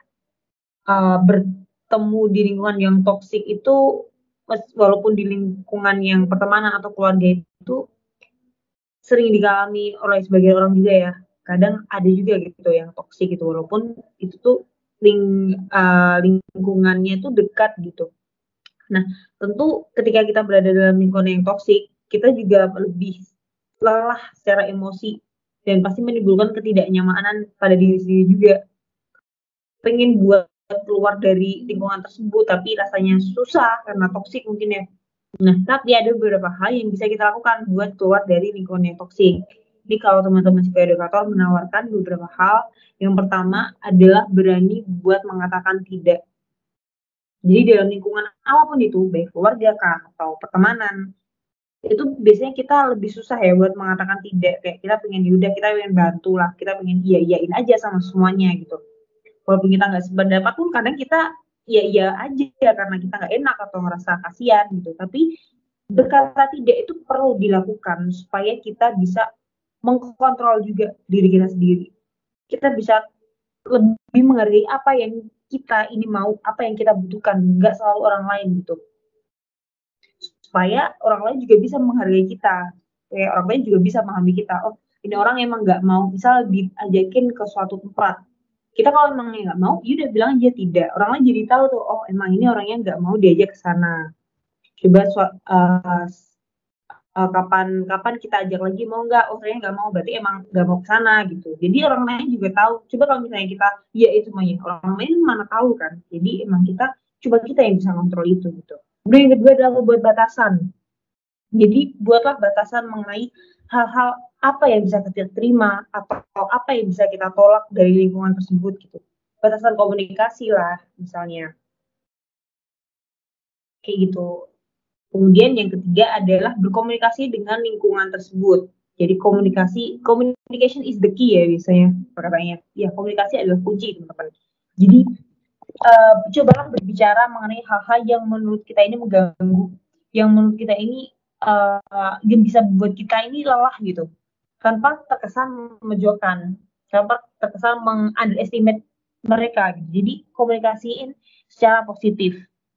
bertemu di lingkungan yang toksik itu, walaupun di lingkungan yang pertemanan atau keluarga itu sering dialami oleh sebagian orang juga ya. Kadang ada juga gitu yang toksik gitu, walaupun itu tuh lingkungannya itu dekat gitu. Nah, tentu ketika kita berada dalam lingkungan yang toksik, kita juga lebih lelah secara emosi dan pasti menimbulkan ketidaknyamanan pada diri sendiri juga. Pengen buat keluar dari lingkungan tersebut, tapi rasanya susah karena toksik mungkin ya. Nah, tapi ada beberapa hal yang bisa kita lakukan buat keluar dari lingkungan yang toksik. Jadi kalau teman-teman psikoedukator menawarkan beberapa hal, yang pertama adalah berani buat mengatakan tidak. Jadi dalam lingkungan apapun itu, baik keluarga kah atau pertemanan, itu biasanya kita lebih susah ya buat mengatakan tidak. Kayak kita pengen yaudah, kita pengen bantu lah, kita pengen iya-iyain aja sama semuanya gitu. Walaupun kita nggak sependapat pun kadang kita iya aja karena kita nggak enak atau ngerasa kasihan gitu. Tapi berkata tidak itu perlu dilakukan supaya kita bisa mengkontrol juga diri kita sendiri. Kita bisa lebih menghargai apa yang kita ini mau, apa yang kita butuhkan, nggak selalu orang lain gitu. Supaya orang lain juga bisa menghargai kita, kayak orang lain juga bisa memahami kita. Oh, ini orang emang nggak mau, misal diajakin ke suatu tempat. Kita kalau emangnya nggak mau, ya udah bilang aja tidak. Orang lain jadi tahu tuh, oh emang ini orangnya nggak mau diajak ke sana. Coba kapan kita ajak lagi mau nggak, oh saya nggak mau, berarti emang nggak mau ke sana gitu. Jadi orang lain juga tahu. Coba kalau misalnya kita iya itu semuanya, orang lain mana tahu kan. Jadi emang kita yang bisa kontrol itu gitu. Kemudian yang kedua adalah membuat batasan. Jadi buatlah batasan mengenai hal-hal apa yang bisa kita terima atau apa yang bisa kita tolak dari lingkungan tersebut gitu. Batasan komunikasi lah misalnya. Kayak gitu. Kemudian yang ketiga adalah berkomunikasi dengan lingkungan tersebut. Jadi communication is the key ya biasanya katanya. Ya, komunikasi adalah kunci teman-teman. Jadi cobalah berbicara mengenai hal-hal yang menurut kita ini mengganggu, yang menurut kita ini yang bisa membuat kita ini lelah gitu, tanpa terkesan memojokkan, tanpa terkesan meng-underestimate mereka gitu. Jadi komunikasiin secara positif.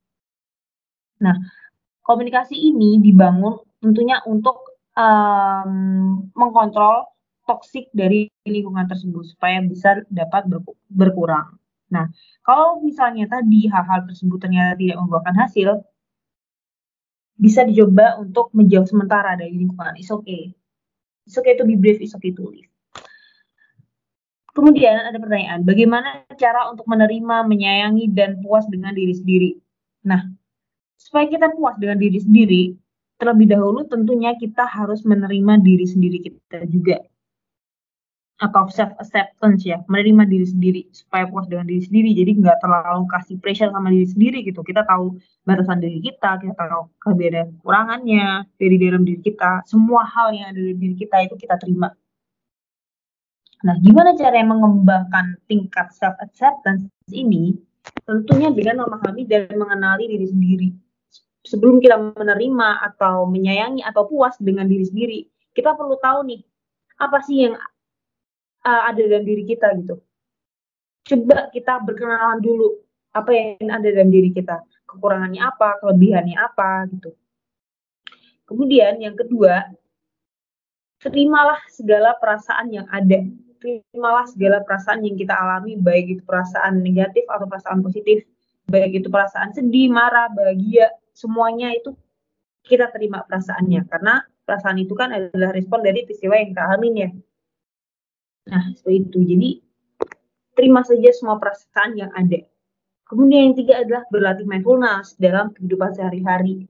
Nah, komunikasi ini dibangun tentunya untuk mengkontrol toksik dari lingkungan tersebut supaya bisa dapat berkurang. Nah, kalau misalnya tadi hal-hal tersebut ternyata tidak membuahkan hasil, bisa dicoba untuk menjauh sementara dari lingkungan. It's okay. It's okay to be brave, it's okay to leave. Kemudian ada pertanyaan, bagaimana cara untuk menerima, menyayangi, dan puas dengan diri sendiri? Nah, supaya kita puas dengan diri sendiri, terlebih dahulu tentunya kita harus menerima diri sendiri kita juga. Atau self-acceptance ya, menerima diri sendiri supaya puas dengan diri sendiri. Jadi nggak terlalu kasih pressure sama diri sendiri gitu. Kita tahu batasan diri kita tahu kelebihan dan kekurangannya dari dalam diri kita. Semua hal yang ada di diri kita itu kita terima. Nah, gimana cara mengembangkan tingkat self-acceptance ini? Tentunya dengan memahami dan mengenali diri sendiri. Sebelum kita menerima atau menyayangi atau puas dengan diri sendiri, kita perlu tahu nih, apa sih yang ada dalam diri kita gitu. Coba kita berkenalan dulu, apa yang ada dalam diri kita. Kekurangannya apa, kelebihannya apa gitu. Kemudian yang kedua, terimalah segala perasaan yang ada. Terimalah segala perasaan yang kita alami, baik itu perasaan negatif atau perasaan positif. Baik itu perasaan sedih, marah, bahagia, semuanya itu kita terima perasaannya. Karena perasaan itu kan adalah respon dari peristiwa yang kita alami ya. Nah, seperti itu. Jadi, terima saja semua perasaan yang ada. Kemudian yang ketiga adalah berlatih mindfulness dalam kehidupan sehari-hari.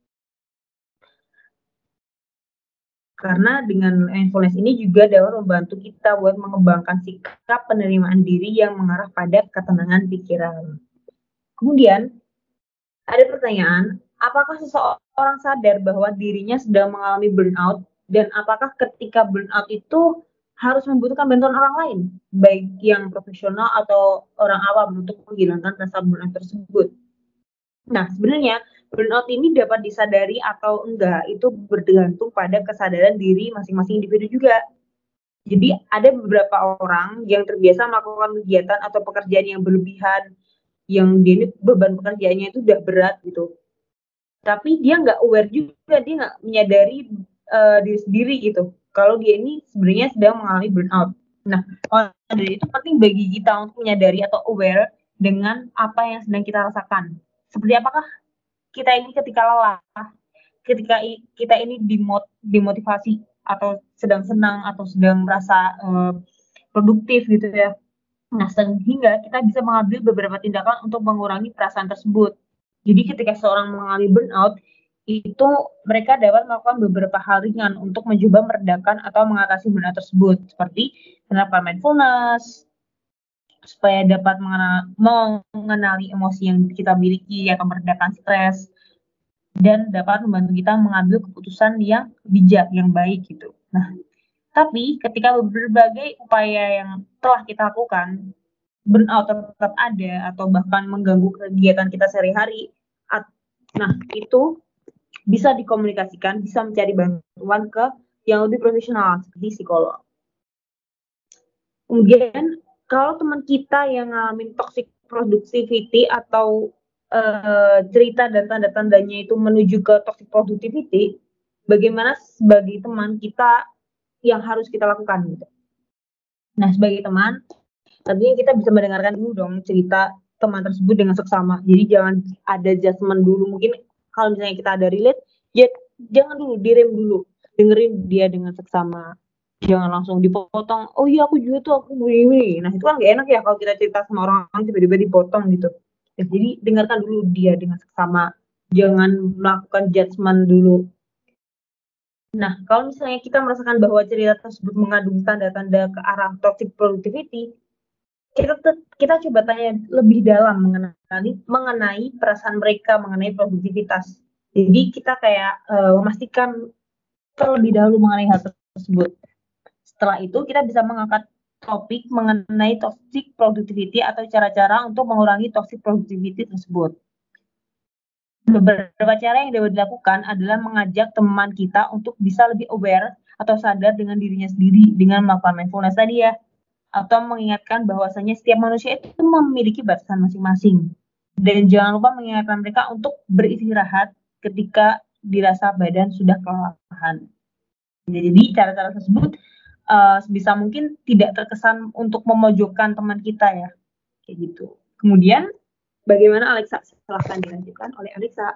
Karena dengan mindfulness ini juga dapat membantu kita buat mengembangkan sikap penerimaan diri yang mengarah pada ketenangan pikiran. Kemudian, ada pertanyaan, apakah seseorang sadar bahwa dirinya sedang mengalami burnout, dan apakah ketika burnout itu harus membutuhkan bantuan orang lain, baik yang profesional atau orang awam untuk menghilangkan rasa burnout tersebut? Nah, sebenarnya burnout ini dapat disadari atau enggak itu bergantung pada kesadaran diri masing-masing individu juga. Jadi ada beberapa orang yang terbiasa melakukan kegiatan atau pekerjaan yang berlebihan, yang dia beban pekerjaannya itu udah berat gitu. Tapi dia nggak aware juga, dia nggak menyadari diri sendiri gitu. Kalau dia ini sebenarnya sedang mengalami burnout. Nah, dari itu penting bagi kita untuk menyadari atau aware dengan apa yang sedang kita rasakan. Seperti apakah kita ini ketika lelah, ketika kita ini dimotivasi atau sedang senang atau sedang merasa produktif gitu ya. Nah, sehingga kita bisa mengambil beberapa tindakan untuk mengurangi perasaan tersebut. Jadi ketika seorang mengalami burnout, itu mereka dapat melakukan beberapa hal ringan untuk mencoba meredakan atau mengatasi burnout tersebut, seperti menerapkan mindfulness, supaya dapat mengenali emosi yang kita miliki atau meredakan stres, dan dapat membantu kita mengambil keputusan yang bijak, yang baik gitu. Nah, tapi ketika berbagai upaya yang telah kita lakukan, burnout tetap ada atau bahkan mengganggu kegiatan kita sehari-hari, nah itu bisa dikomunikasikan, bisa mencari bantuan ke yang lebih profesional seperti psikolog. Kemudian kalau teman kita yang ngalamin toxic productivity atau cerita dan tanda-tandanya itu menuju ke toxic productivity, bagaimana sebagai teman kita yang harus kita lakukan gitu. Nah, sebagai teman, tentunya kita bisa mendengarkan dulu dong cerita teman tersebut dengan seksama. Jadi jangan ada judgement dulu. Mungkin kalau misalnya kita ada relate, ya jangan dulu, direm dulu. Dengerin dia dengan seksama. Jangan langsung dipotong. Oh iya aku juga tuh, aku begini. Nah itu kan gak enak ya kalau kita cerita sama orang tiba-tiba dipotong gitu. Ya, jadi dengarkan dulu dia dengan seksama. Jangan melakukan judgement dulu. Nah, kalau misalnya kita merasakan bahwa cerita tersebut mengandung tanda-tanda ke arah toxic productivity, kita coba tanya lebih dalam mengenai perasaan mereka mengenai produktivitas. Jadi kita kayak memastikan terlebih dahulu mengenai hal tersebut. Setelah itu kita bisa mengangkat topik mengenai toxic productivity atau cara-cara untuk mengurangi toxic productivity tersebut. Beberapa cara yang dapat dilakukan adalah mengajak teman kita untuk bisa lebih aware atau sadar dengan dirinya sendiri dengan melakukan mindfulness tadi ya. Atau mengingatkan bahwasanya setiap manusia itu memiliki batasan masing-masing. Dan jangan lupa mengingatkan mereka untuk beristirahat ketika dirasa badan sudah kelelahan. Jadi cara-cara tersebut sebisa mungkin tidak terkesan untuk memojokkan teman kita ya. Kayak gitu. Kemudian bagaimana Alexa? Silahkan dilanjutkan oleh Alexa.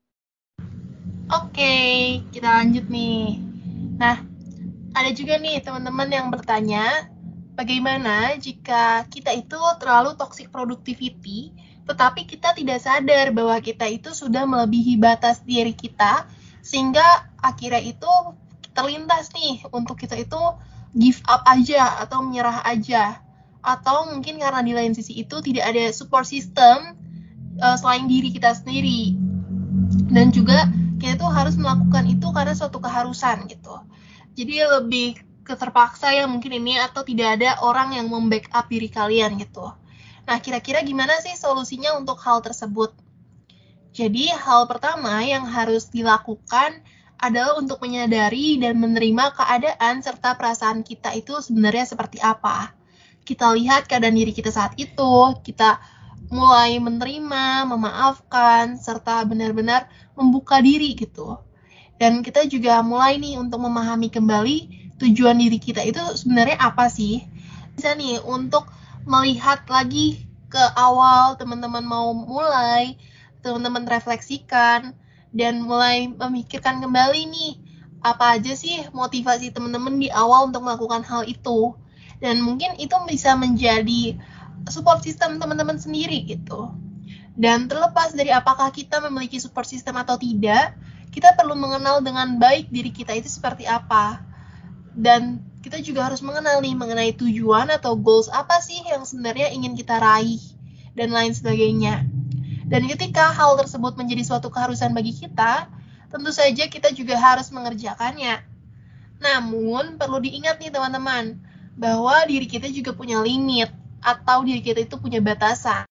Oke, kita lanjut nih. Nah, ada juga nih teman-teman yang bertanya, bagaimana jika kita itu terlalu toxic productivity, tetapi kita tidak sadar bahwa kita itu sudah melebihi batas diri kita, sehingga akhirnya itu terlintas nih untuk kita itu give up aja atau menyerah aja. Atau mungkin karena di lain sisi itu tidak ada support system selain diri kita sendiri. Dan juga kita tuh harus melakukan itu karena suatu keharusan gitu. Jadi lebih keterpaksa ya mungkin ini, atau tidak ada orang yang membackup diri kalian gitu. Nah, kira-kira gimana sih solusinya untuk hal tersebut? Jadi, hal pertama yang harus dilakukan adalah untuk menyadari dan menerima keadaan serta perasaan kita itu sebenarnya seperti apa. Kita lihat keadaan diri kita saat itu, kita mulai menerima, memaafkan, serta benar-benar membuka diri gitu. Dan kita juga mulai nih untuk memahami kembali tujuan diri kita itu sebenarnya apa sih. Bisa nih untuk melihat lagi ke awal teman-teman mau mulai, teman-teman refleksikan, dan mulai memikirkan kembali nih, apa aja sih motivasi teman-teman di awal untuk melakukan hal itu. Dan mungkin itu bisa menjadi support system teman-teman sendiri gitu. Dan terlepas dari apakah kita memiliki support system atau tidak, kita perlu mengenal dengan baik diri kita itu seperti apa. Dan kita juga harus mengenal nih mengenai tujuan atau goals apa sih yang sebenarnya ingin kita raih, dan lain sebagainya. Dan ketika hal tersebut menjadi suatu keharusan bagi kita, tentu saja kita juga harus mengerjakannya. Namun, perlu diingat nih teman-teman, bahwa diri kita juga punya limit, atau diri kita itu punya batasan.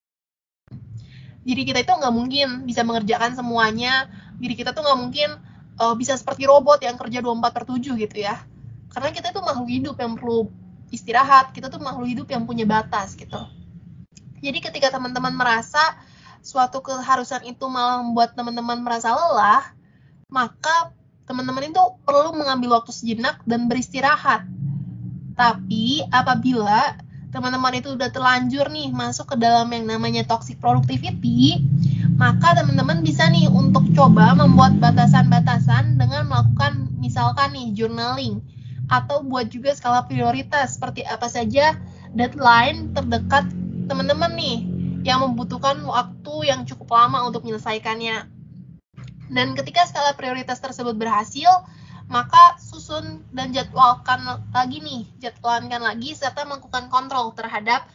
Diri kita itu nggak mungkin bisa mengerjakan semuanya, diri kita tuh nggak mungkin bisa seperti robot yang kerja 24/7 gitu ya. Karena kita tuh makhluk hidup yang perlu istirahat, kita tuh makhluk hidup yang punya batas gitu. Jadi ketika teman-teman merasa suatu keharusan itu malah membuat teman-teman merasa lelah, maka teman-teman itu perlu mengambil waktu sejenak dan beristirahat. Tapi apabila teman-teman itu udah terlanjur nih masuk ke dalam yang namanya toxic productivity, maka teman-teman bisa nih untuk coba membuat batasan-batasan dengan melakukan misalkan nih journaling, atau buat juga skala prioritas seperti apa saja deadline terdekat teman-teman nih yang membutuhkan waktu yang cukup lama untuk menyelesaikannya. Dan ketika skala prioritas tersebut berhasil, maka susun dan jadwalkan lagi serta melakukan kontrol terhadap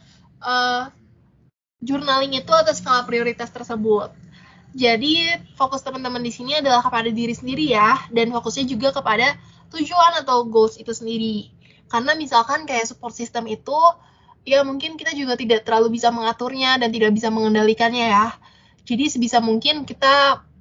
journaling itu atau skala prioritas tersebut. Jadi fokus teman-teman di sini adalah kepada diri sendiri ya, dan fokusnya juga kepada tujuan atau goals itu sendiri. Karena misalkan kayak support system itu, ya mungkin kita juga tidak terlalu bisa mengaturnya dan tidak bisa mengendalikannya ya. Jadi sebisa mungkin kita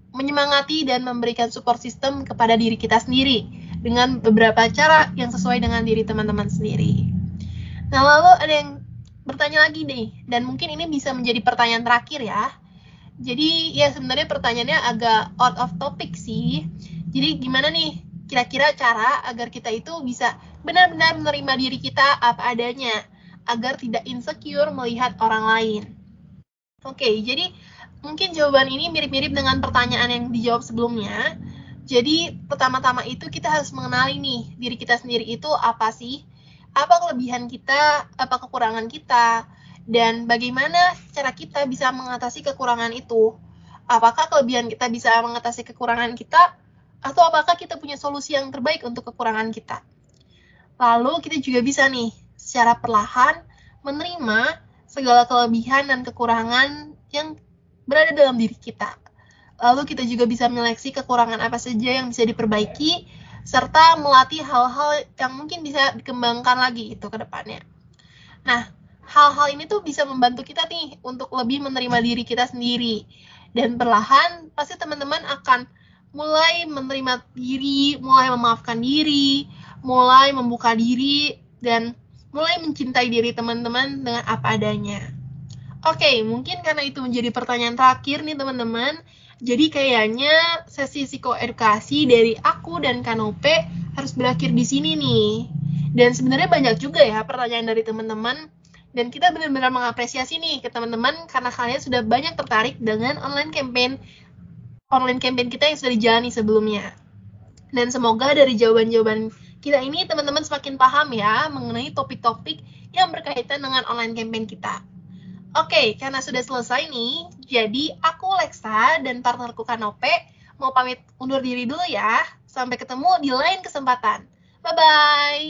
menyemangati dan memberikan support system kepada diri kita sendiri dengan beberapa cara yang sesuai dengan diri teman-teman sendiri. Nah, lalu ada yang bertanya lagi nih, dan mungkin ini bisa menjadi pertanyaan terakhir ya. Jadi ya sebenarnya pertanyaannya agak out of topic sih. Jadi gimana nih kira-kira cara agar kita itu bisa benar-benar menerima diri kita apa adanya, agar tidak insecure melihat orang lain. Oke, jadi mungkin jawaban ini mirip-mirip dengan pertanyaan yang dijawab sebelumnya. Jadi pertama-tama itu kita harus mengenali nih diri kita sendiri itu apa sih? Apa kelebihan kita, apa kekurangan kita, dan bagaimana cara kita bisa mengatasi kekurangan itu. Apakah kelebihan kita bisa mengatasi kekurangan kita, atau apakah kita punya solusi yang terbaik untuk kekurangan kita. Lalu kita juga bisa nih, secara perlahan menerima segala kelebihan dan kekurangan yang berada dalam diri kita. Lalu kita juga bisa menyeleksi kekurangan apa saja yang bisa diperbaiki, serta melatih hal-hal yang mungkin bisa dikembangkan lagi itu ke depannya. Nah, hal-hal ini tuh bisa membantu kita nih untuk lebih menerima diri kita sendiri. Dan perlahan pasti teman-teman akan mulai menerima diri, mulai memaafkan diri, mulai membuka diri, dan mulai mencintai diri teman-teman dengan apa adanya. Oke, mungkin karena itu menjadi pertanyaan terakhir nih teman-teman. Jadi kayaknya sesi psikoedukasi dari aku dan Kanope harus berakhir di sini nih. Dan sebenarnya banyak juga ya pertanyaan dari teman-teman. Dan kita benar-benar mengapresiasi nih ke teman-teman karena kalian sudah banyak tertarik dengan online campaign kita yang sudah dijalani sebelumnya. Dan semoga dari jawaban-jawaban kita ini teman-teman semakin paham ya mengenai topik-topik yang berkaitan dengan online campaign kita. Oke, karena sudah selesai nih, jadi aku Lexa dan partnerku Kanope mau pamit undur diri dulu ya. Sampai ketemu di lain kesempatan. Bye-bye!